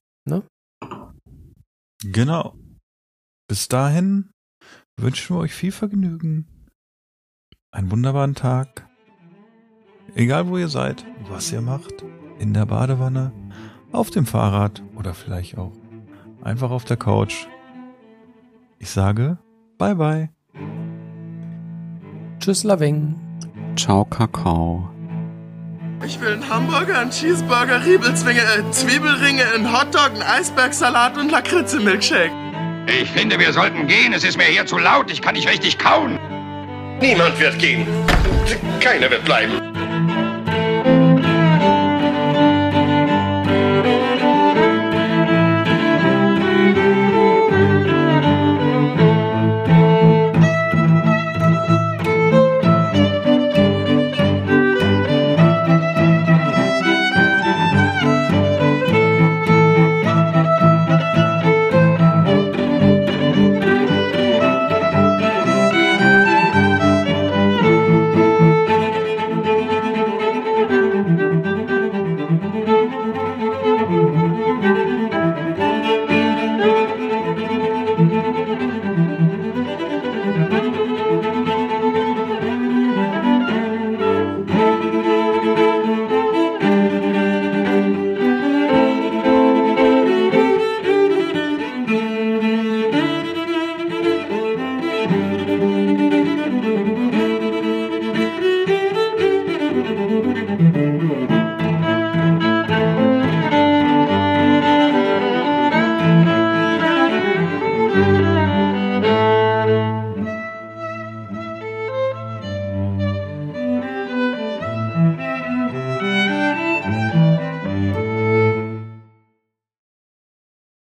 Genau. Bis dahin wünschen wir euch viel Vergnügen. Einen wunderbaren Tag. Egal wo ihr seid, was ihr macht. In der Badewanne, auf dem Fahrrad oder vielleicht auch einfach auf der Couch. Ich sage bye bye. Tschüss, Laving. Ciao, Kakao. Ich will einen Hamburger, einen Cheeseburger, Riebelzwinge, äh, Zwiebelringe, einen Hotdog, einen Eisbergsalat und Lakritze-Milkshake. Ich finde, wir sollten gehen. Es ist mir hier zu laut. Ich kann nicht richtig kauen. Niemand wird gehen. Keiner wird bleiben.